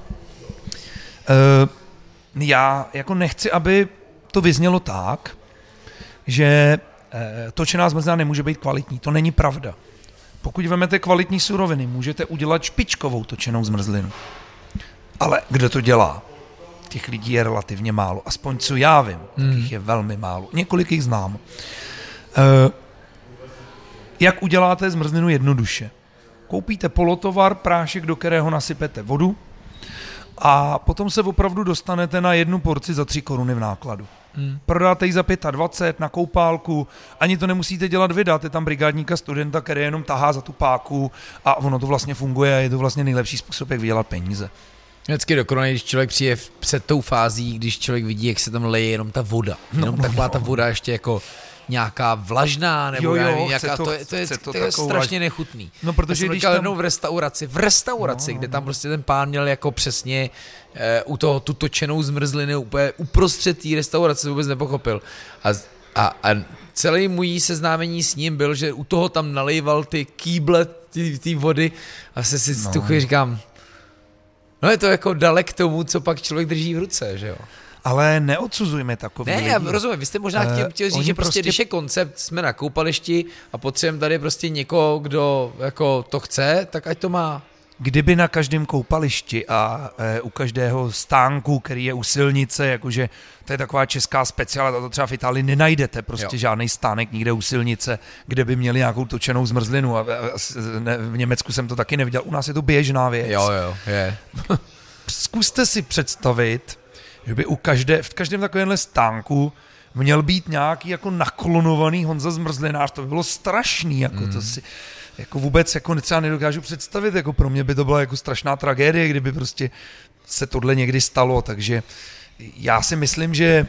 já jako nechci, aby to vyznělo tak, že točená zmrzlina nemůže být kvalitní, to není pravda. Pokud vezmete kvalitní suroviny, můžete udělat špičkovou točenou zmrzlinu. Ale kdo to dělá? Těch lidí je relativně málo. Aspoň co já vím, těch je velmi málo. Několik jich znám. Jak uděláte zmrzlinu jednoduše? Koupíte polotovar, prášek, do kterého nasypete vodu a potom se opravdu dostanete na jednu porci za 3 koruny v nákladu. Prodáte ji za 25 na koupálku, ani to nemusíte dělat vy, dáte tam brigádníka studenta, který jenom tahá za tu páku a ono to vlastně funguje a je to vlastně nejlepší způsob, jak vydělat peníze. Vždycky dokonalý, když člověk přijde před tou fází, když člověk vidí, jak se tam leje jenom ta voda. Jenom taková ta voda ještě jako nějaká vlažná, nebo nějaká, to je strašně nechutný. No, protože když tam jednou v restauraci, kde tam prostě ten pán měl jako přesně u toho tu točenou zmrzlinu úplně uprostřed té restaurace, vůbec nepochopil. A celý můj seznámení s ním byl, že u toho tam nalejval ty kýble té vody a se si říkám, no je to jako dalek tomu, co pak člověk drží v ruce, že jo. Ale neodsuzujme takový lidi. Ne, já rozumím, vy jste možná chtěl říct, že prostě když je koncept, jsme na koupališti a potřebujeme tady prostě někoho, kdo jako to chce, tak ať to má. Kdyby na každém koupališti a u každého stánku, který je u silnice, jakože to je taková česká specialita, to třeba v Itálii nenajdete prostě žádný stánek nikde u silnice, kde by měli nějakou točenou zmrzlinu a v Německu jsem to taky neviděl, u nás je to běžná věc. Jo, je. Zkuste si představit, že by v každém takovémhle stánku měl být nějaký jako naklonovaný Honza Zmrzlinář, to by bylo strašný, jako to si jako vůbec jako třeba nedokážu představit, jako pro mě by to byla jako strašná tragédie, kdyby prostě se tohle někdy stalo, takže já si myslím, že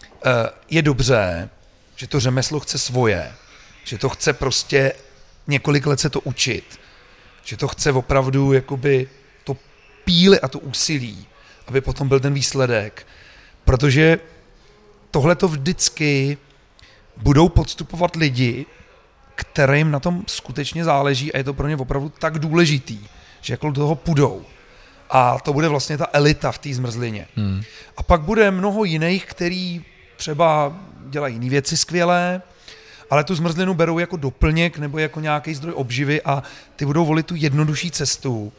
je dobře, že to řemeslo chce svoje, že to chce prostě několik let se to učit, že to chce opravdu jakoby to píli a to úsilí, aby potom byl ten výsledek, protože tohle to vždycky budou podstupovat lidi, kterým na tom skutečně záleží a je to pro ně opravdu tak důležitý, že jako do toho půjdou. A to bude vlastně ta elita v té zmrzlině. A pak bude mnoho jiných, který třeba dělají jiné věci skvělé, ale tu zmrzlinu berou jako doplněk nebo jako nějaký zdroj obživy a ty budou volit tu jednodušší cestu.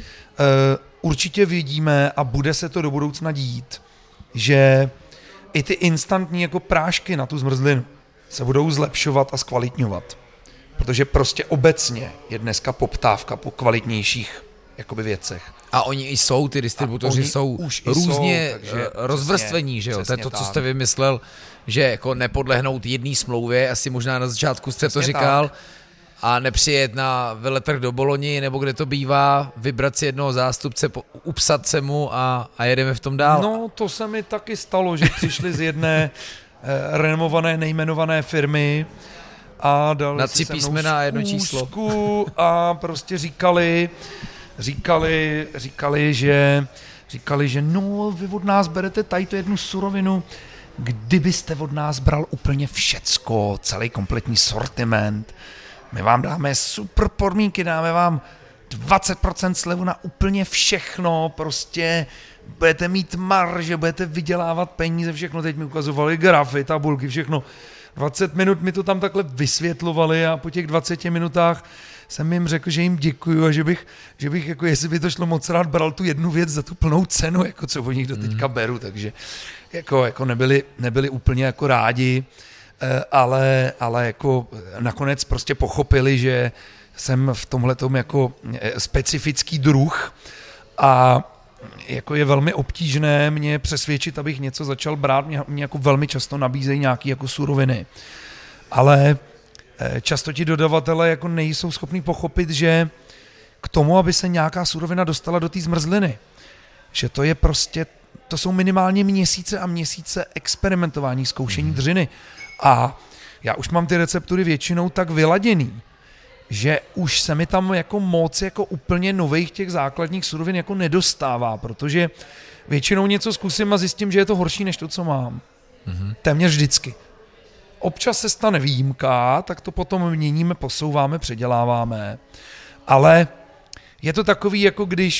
Určitě vidíme a bude se to do budoucna dít, že i ty instantní jako prášky na tu zmrzlinu se budou zlepšovat a zkvalitňovat. Protože prostě obecně je dneska poptávka po kvalitnějších jakoby věcech. A oni i jsou, ty distributoři jsou různě rozvrstvení, že jo? To je to, co jste vymyslel, že jako nepodlehnout jedné smlouvě, asi možná na začátku jste to říkal, a nepřijet na veletrh do Boloni, nebo kde to bývá, vybrat si jednoho zástupce, upsat se mu a jedeme v tom dál. No, to se mi taky stalo, že přišli z jedné renomované, nejmenované firmy a dali na si 3 písmena a 1 číslo. A prostě říkali, že no, vy od nás berete tady tu jednu surovinu, kdybyste od nás bral úplně všecko, celý kompletní sortiment, my vám dáme super podmínky, dáme vám 20% slevu na úplně všechno, prostě budete mít marže, budete vydělávat peníze, všechno, teď mi ukazovali grafy, tabulky, všechno. 20 minut mi to tam takhle vysvětlovali a po těch 20 minutách jsem jim řekl, že jim děkuju a že bych jako jestli by to šlo moc rád, bral tu jednu věc za tu plnou cenu, jako co od nich do teďka beru, takže jako nebyli úplně jako rádi, ale jako nakonec prostě pochopili, že jsem v tomhletom jako specifický druh a jako je velmi obtížné mě přesvědčit, abych něco začal brát, mě jako velmi často nabízejí nějaké jako suroviny, ale často ti dodavatelé jako nejsou schopní pochopit, že k tomu, aby se nějaká surovina dostala do té zmrzliny, že to je prostě, to jsou minimálně měsíce a měsíce experimentování, zkoušení dřiny a já už mám ty receptury většinou tak vyladěný, že už se mi tam jako moc jako úplně nových těch základních surovin jako nedostává, protože většinou něco zkusím a zjistím, že je to horší než to, co mám. Téměř vždycky. Občas se stane výjimka, tak to potom měníme, posouváme, předěláváme, ale je to takový, jako když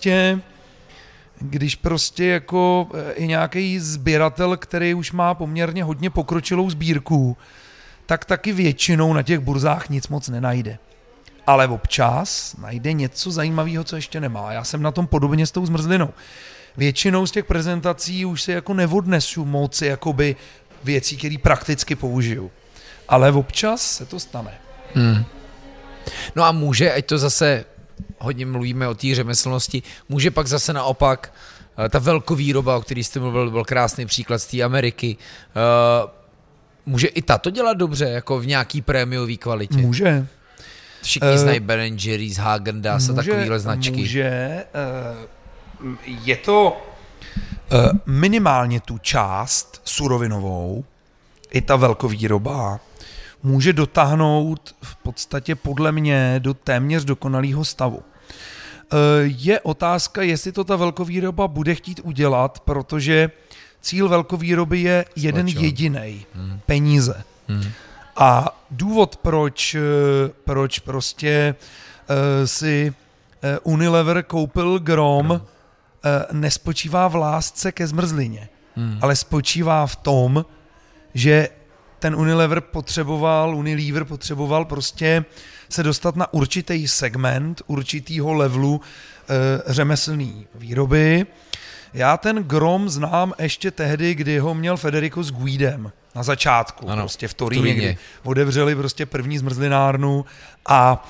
prostě jako je nějaký sběratel, který už má poměrně hodně pokročilou sbírku, tak taky většinou na těch burzách nic moc nenajde. Ale občas najde něco zajímavého, co ještě nemá. Já jsem na tom podobně s tou zmrzlinou. Většinou z těch prezentací už se jako neodnesu moc jakoby věcí, které prakticky použiju. Ale občas se to stane. No a může, ať to zase hodně mluvíme o té řemeslnosti, může pak zase naopak ta velkovýroba, o který jste mluvil, byl krásný příklad z té Ameriky, může i tato dělat dobře, jako v nějaký prémiový kvalitě? Může. Všichni znají Ben & Jerry's, Häagen-Dazs a takovýhle značky. Může. Je to minimálně tu část surovinovou, i ta velkovýroba, může dotáhnout v podstatě podle mě do téměř dokonalého stavu. Je otázka, jestli to ta velkovýroba bude chtít udělat, protože cíl velkovýroby je jeden jedinej. Peníze. A důvod, proč prostě si Unilever koupil Grom, nespočívá v lásce ke zmrzlině, ale spočívá v tom, že ten Unilever potřeboval prostě se dostat na určitý segment, určitýho levelu řemeslné výroby. Já ten Grom znám ještě tehdy, kdy ho měl Federico s Guidem na začátku, ano, prostě v Turíně, kdy otevřeli prostě první zmrzlinárnu a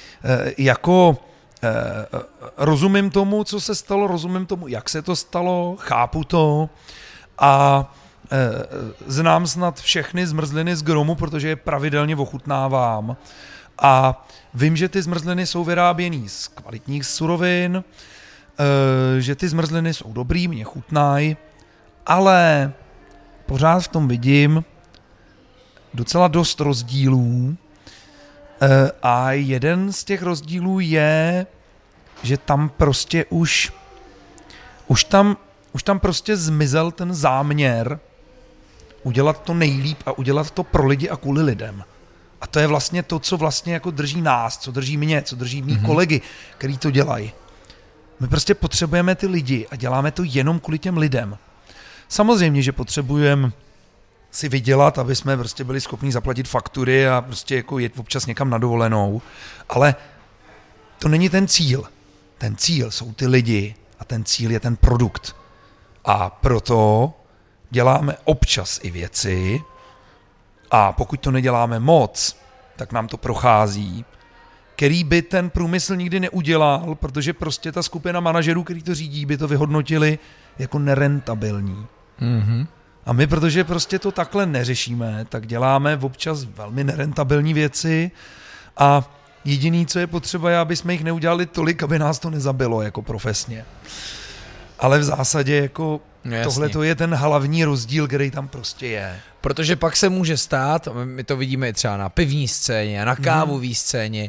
rozumím tomu, co se stalo, rozumím tomu, jak se to stalo, chápu to a znám snad všechny zmrzliny z Gromu, protože je pravidelně ochutnávám a vím, že ty zmrzliny jsou vyráběný z kvalitních surovin, že ty zmrzliny jsou dobrý, mě chutnají, ale pořád v tom vidím docela dost rozdílů a jeden z těch rozdílů je, že tam prostě už tam prostě zmizel ten záměr udělat to nejlíp a udělat to pro lidi a kvůli lidem. A to je vlastně to, co vlastně jako drží nás, co drží mě, co drží mý kolegy, který to dělají. My prostě potřebujeme ty lidi a děláme to jenom kvůli těm lidem. Samozřejmě, že potřebujeme si vydělat, aby jsme prostě byli schopni zaplatit faktury a prostě jako jet občas někam na dovolenou, ale to není ten cíl. Ten cíl jsou ty lidi a ten cíl je ten produkt. A proto děláme občas i věci a pokud to neděláme moc, tak nám to prochází, který by ten průmysl nikdy neudělal, protože prostě ta skupina manažerů, který to řídí, by to vyhodnotili jako nerentabilní. A my, protože prostě to takhle neřešíme, tak děláme občas velmi nerentabilní věci a jediný, co je potřeba, je, aby jsme jich neudělali tolik, aby nás to nezabilo jako profesně. Ale v zásadě jako tohle to je ten hlavní rozdíl, který tam prostě je. Protože pak se může stát, my to vidíme třeba na pivní scéně, na kávové scéně,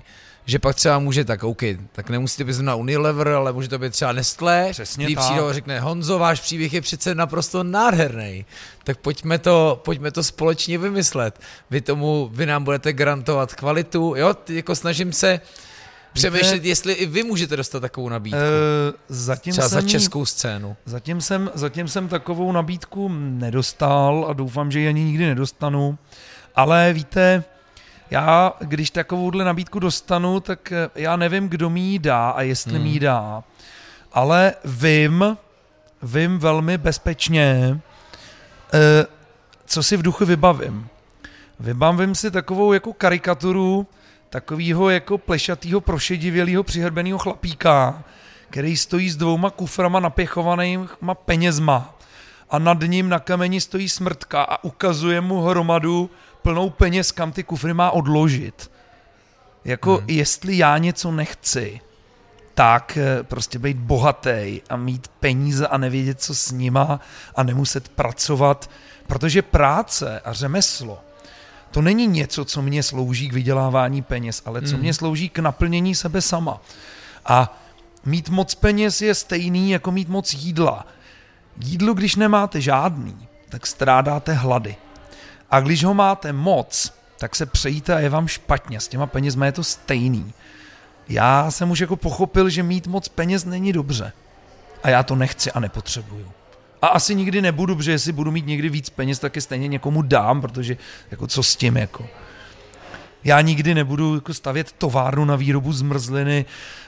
že pak třeba může tak, OK, tak nemusíte být na Unilever, ale může to být třeba Nestlé, Přesně tak. přijde a řekne, Honzo, váš příběh je přece naprosto nádherný, tak pojďme to společně vymyslet. Vy nám budete garantovat kvalitu, jo, jako snažím se přemýšlet, jestli i vy můžete dostat takovou nabídku. Třeba za českou scénu. Zatím jsem takovou nabídku nedostal a doufám, že ji ani nikdy nedostanu. Ale víte, já když takovouhle nabídku dostanu, tak já nevím, kdo mi ji dá a jestli mi ji dá. Ale vím velmi bezpečně, co si v duchu vybavím. Vybavím si takovou jako karikaturu takovýho jako plešatýho, prošedivělýho, přihrbenýho chlapíka, který stojí s 2 kuframa napěchovanýma penězma a nad ním na kameni stojí smrtka a ukazuje mu hromadu plnou peněz, kam ty kufry má odložit. Jako jestli já něco nechci, tak prostě být bohatý a mít peníze a nevědět, co s nima a nemuset pracovat, protože práce a řemeslo to není něco, co mě slouží k vydělávání peněz, ale co mě slouží k naplnění sebe sama. A mít moc peněz je stejný jako mít moc jídla. Jídlo, když nemáte žádný, tak strádáte hlady. A když ho máte moc, tak se přejíte a je vám špatně. S těma penězma je to stejný. Já jsem už jako pochopil, že mít moc peněz není dobře. A já to nechci a nepotřebuju. A asi nikdy nebudu, protože jestli budu mít někdy víc peněz, tak je stejně někomu dám, protože jako co s tím jako. Já nikdy nebudu jako stavět továrnu na výrobu zmrzliny.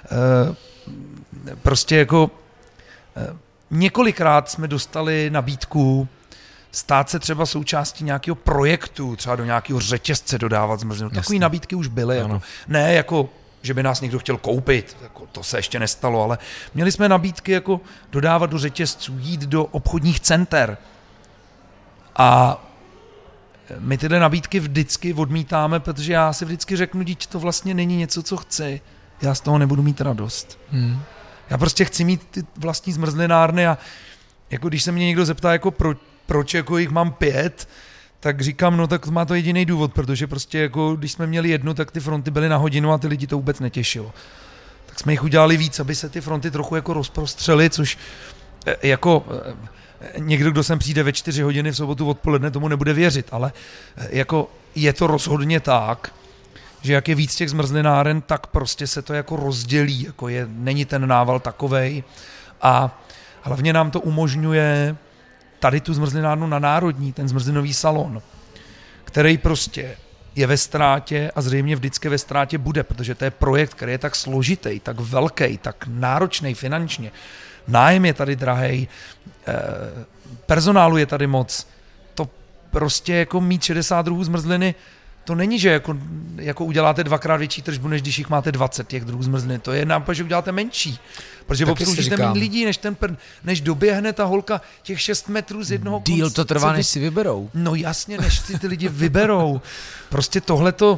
Prostě jako několikrát jsme dostali nabídku stát se třeba součástí nějakého projektu, třeba do nějakého řetězce dodávat zmrzlinu. Takové nabídky už byly. Jako, ne jako, že by nás někdo chtěl koupit, jako, to se ještě nestalo, ale měli jsme nabídky jako dodávat do řetězců, jít do obchodních center. A my tyhle nabídky vždycky odmítáme, protože já si vždycky řeknu, díť to vlastně není něco, co chci. Já z toho nebudu mít radost. Já prostě chci mít ty vlastní zmrzlinárny a jako když se mě někdo zeptá, jako proč jako jich mám 5, tak říkám, no tak má to jediný důvod, protože prostě jako když jsme měli 1, tak ty fronty byly na hodinu a ty lidi to vůbec netěšilo. Tak jsme jich udělali víc, aby se ty fronty trochu jako rozprostřely, což jako někdo, kdo sem přijde ve 4 hodiny v sobotu odpoledne, tomu nebude věřit, ale jako je to rozhodně tak, že jak je víc těch zmrzlináren, tak prostě se to jako rozdělí, jako není ten nával takovej a hlavně nám to umožňuje tady tu zmrzlinárnu na Národní, ten zmrzlinový salon, který prostě je ve ztrátě a zřejmě vždycky ve ztrátě bude, protože to je projekt, který je tak složitý, tak velký, tak náročný finančně. Nájem je tady drahej, personálu je tady moc. To prostě jako mít 60 druhů zmrzliny, to není, že jako uděláte 2x větší tržbu, než když jich máte 20 těch druhů zmrzliny. To je nápad, že uděláte menší. Protože obsloužíte méně lidí, než doběhne ta holka těch 6 metrů z jednoho konce. Díl to trvá, než si vyberou. No jasně, než si ty lidi vyberou. Prostě tohleto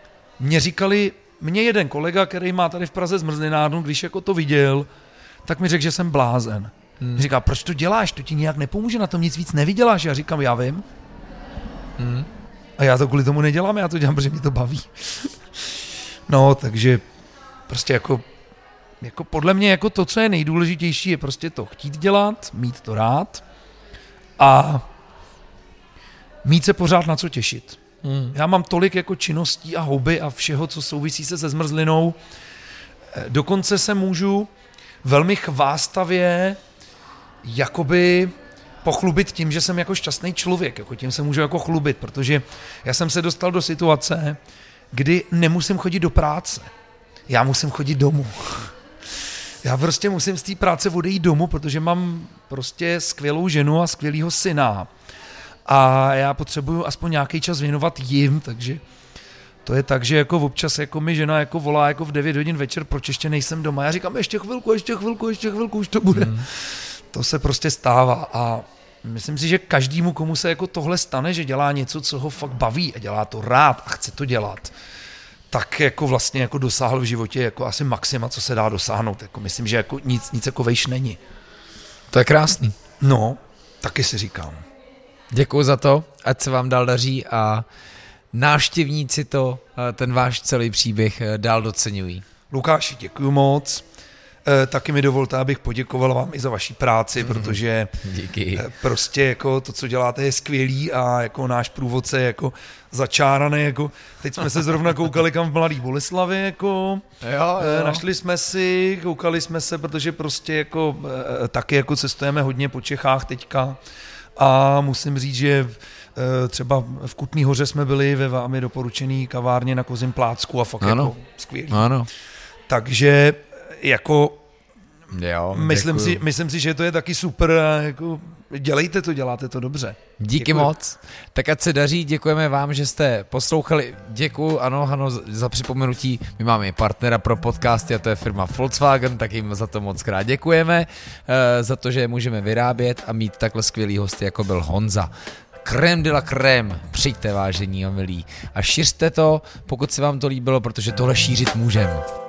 mě jeden kolega, který má tady v Praze zmrzlinárnu, když jako to viděl, tak mi řekl, že jsem blázen. Říká, proč to děláš? To ti nijak nepomůže, na tom nic víc nevyděláš. Já říkám, já vím. A já to kvůli tomu nedělám, já to dělám, protože mě to baví. No, takže prostě jako podle mě jako to, co je nejdůležitější, je prostě to chtít dělat, mít to rád a mít se pořád na co těšit. Já mám tolik jako činností a hobby a všeho, co souvisí se zmrzlinou. Dokonce se můžu velmi chvástavě jakoby pochlubit tím, že jsem jako šťastný člověk, jako tím se můžu jako chlubit, protože já jsem se dostal do situace, kdy nemusím chodit do práce. Já musím chodit domů. Já prostě musím z té práce odejít domů, protože mám prostě skvělou ženu a skvělýho syna. A já potřebuju aspoň nějaký čas věnovat jim, takže to je tak, že jako občas jako mi žena jako volá jako v 9 hodin večer, proč ještě nejsem doma. Já říkám, ještě chvilku, už to bude. To se prostě stává a myslím si, že každému, komu se jako tohle stane, že dělá něco, co ho fakt baví a dělá to rád a chce to dělat, tak jako vlastně jako dosáhl v životě jako asi maxima, co se dá dosáhnout. Jako myslím, že jako nic jako vejš není. To je krásný. No, taky si říkám. Děkuju za to, ať se vám dál daří a návštěvníci ten váš celý příběh dál doceňují. Lukáši, děkuju moc. Taky mi dovolte, abych poděkoval vám i za vaši práci, protože díky. Prostě jako to, co děláte, je skvělý a jako náš průvodce je jako začáraný. Jako teď jsme se zrovna koukali kam v Mladý Boleslavi, jako jo. Našli jsme si, koukali jsme se, protože prostě jako taky jako cestujeme hodně po Čechách teďka a musím říct, že třeba v Kutný Hoře jsme byli ve vámi doporučený kavárně na Kozím Plácku a fakt jako skvělý. Ano. Takže jako jo, myslím si, že to je taky super a jako děláte to dobře. Díky moc. Tak ať se daří, děkujeme vám, že jste poslouchali. Děkuju, ano, Hano, za připomenutí. My máme i partnera pro podcasty a to je firma Volkswagen, tak jim za to moc krát děkujeme, za to, že je můžeme vyrábět a mít takhle skvělý hosty, jako byl Honza. Crème de la crème, přijďte vážení a milí a šiřte to, pokud se vám to líbilo, protože tohle šířit můžeme.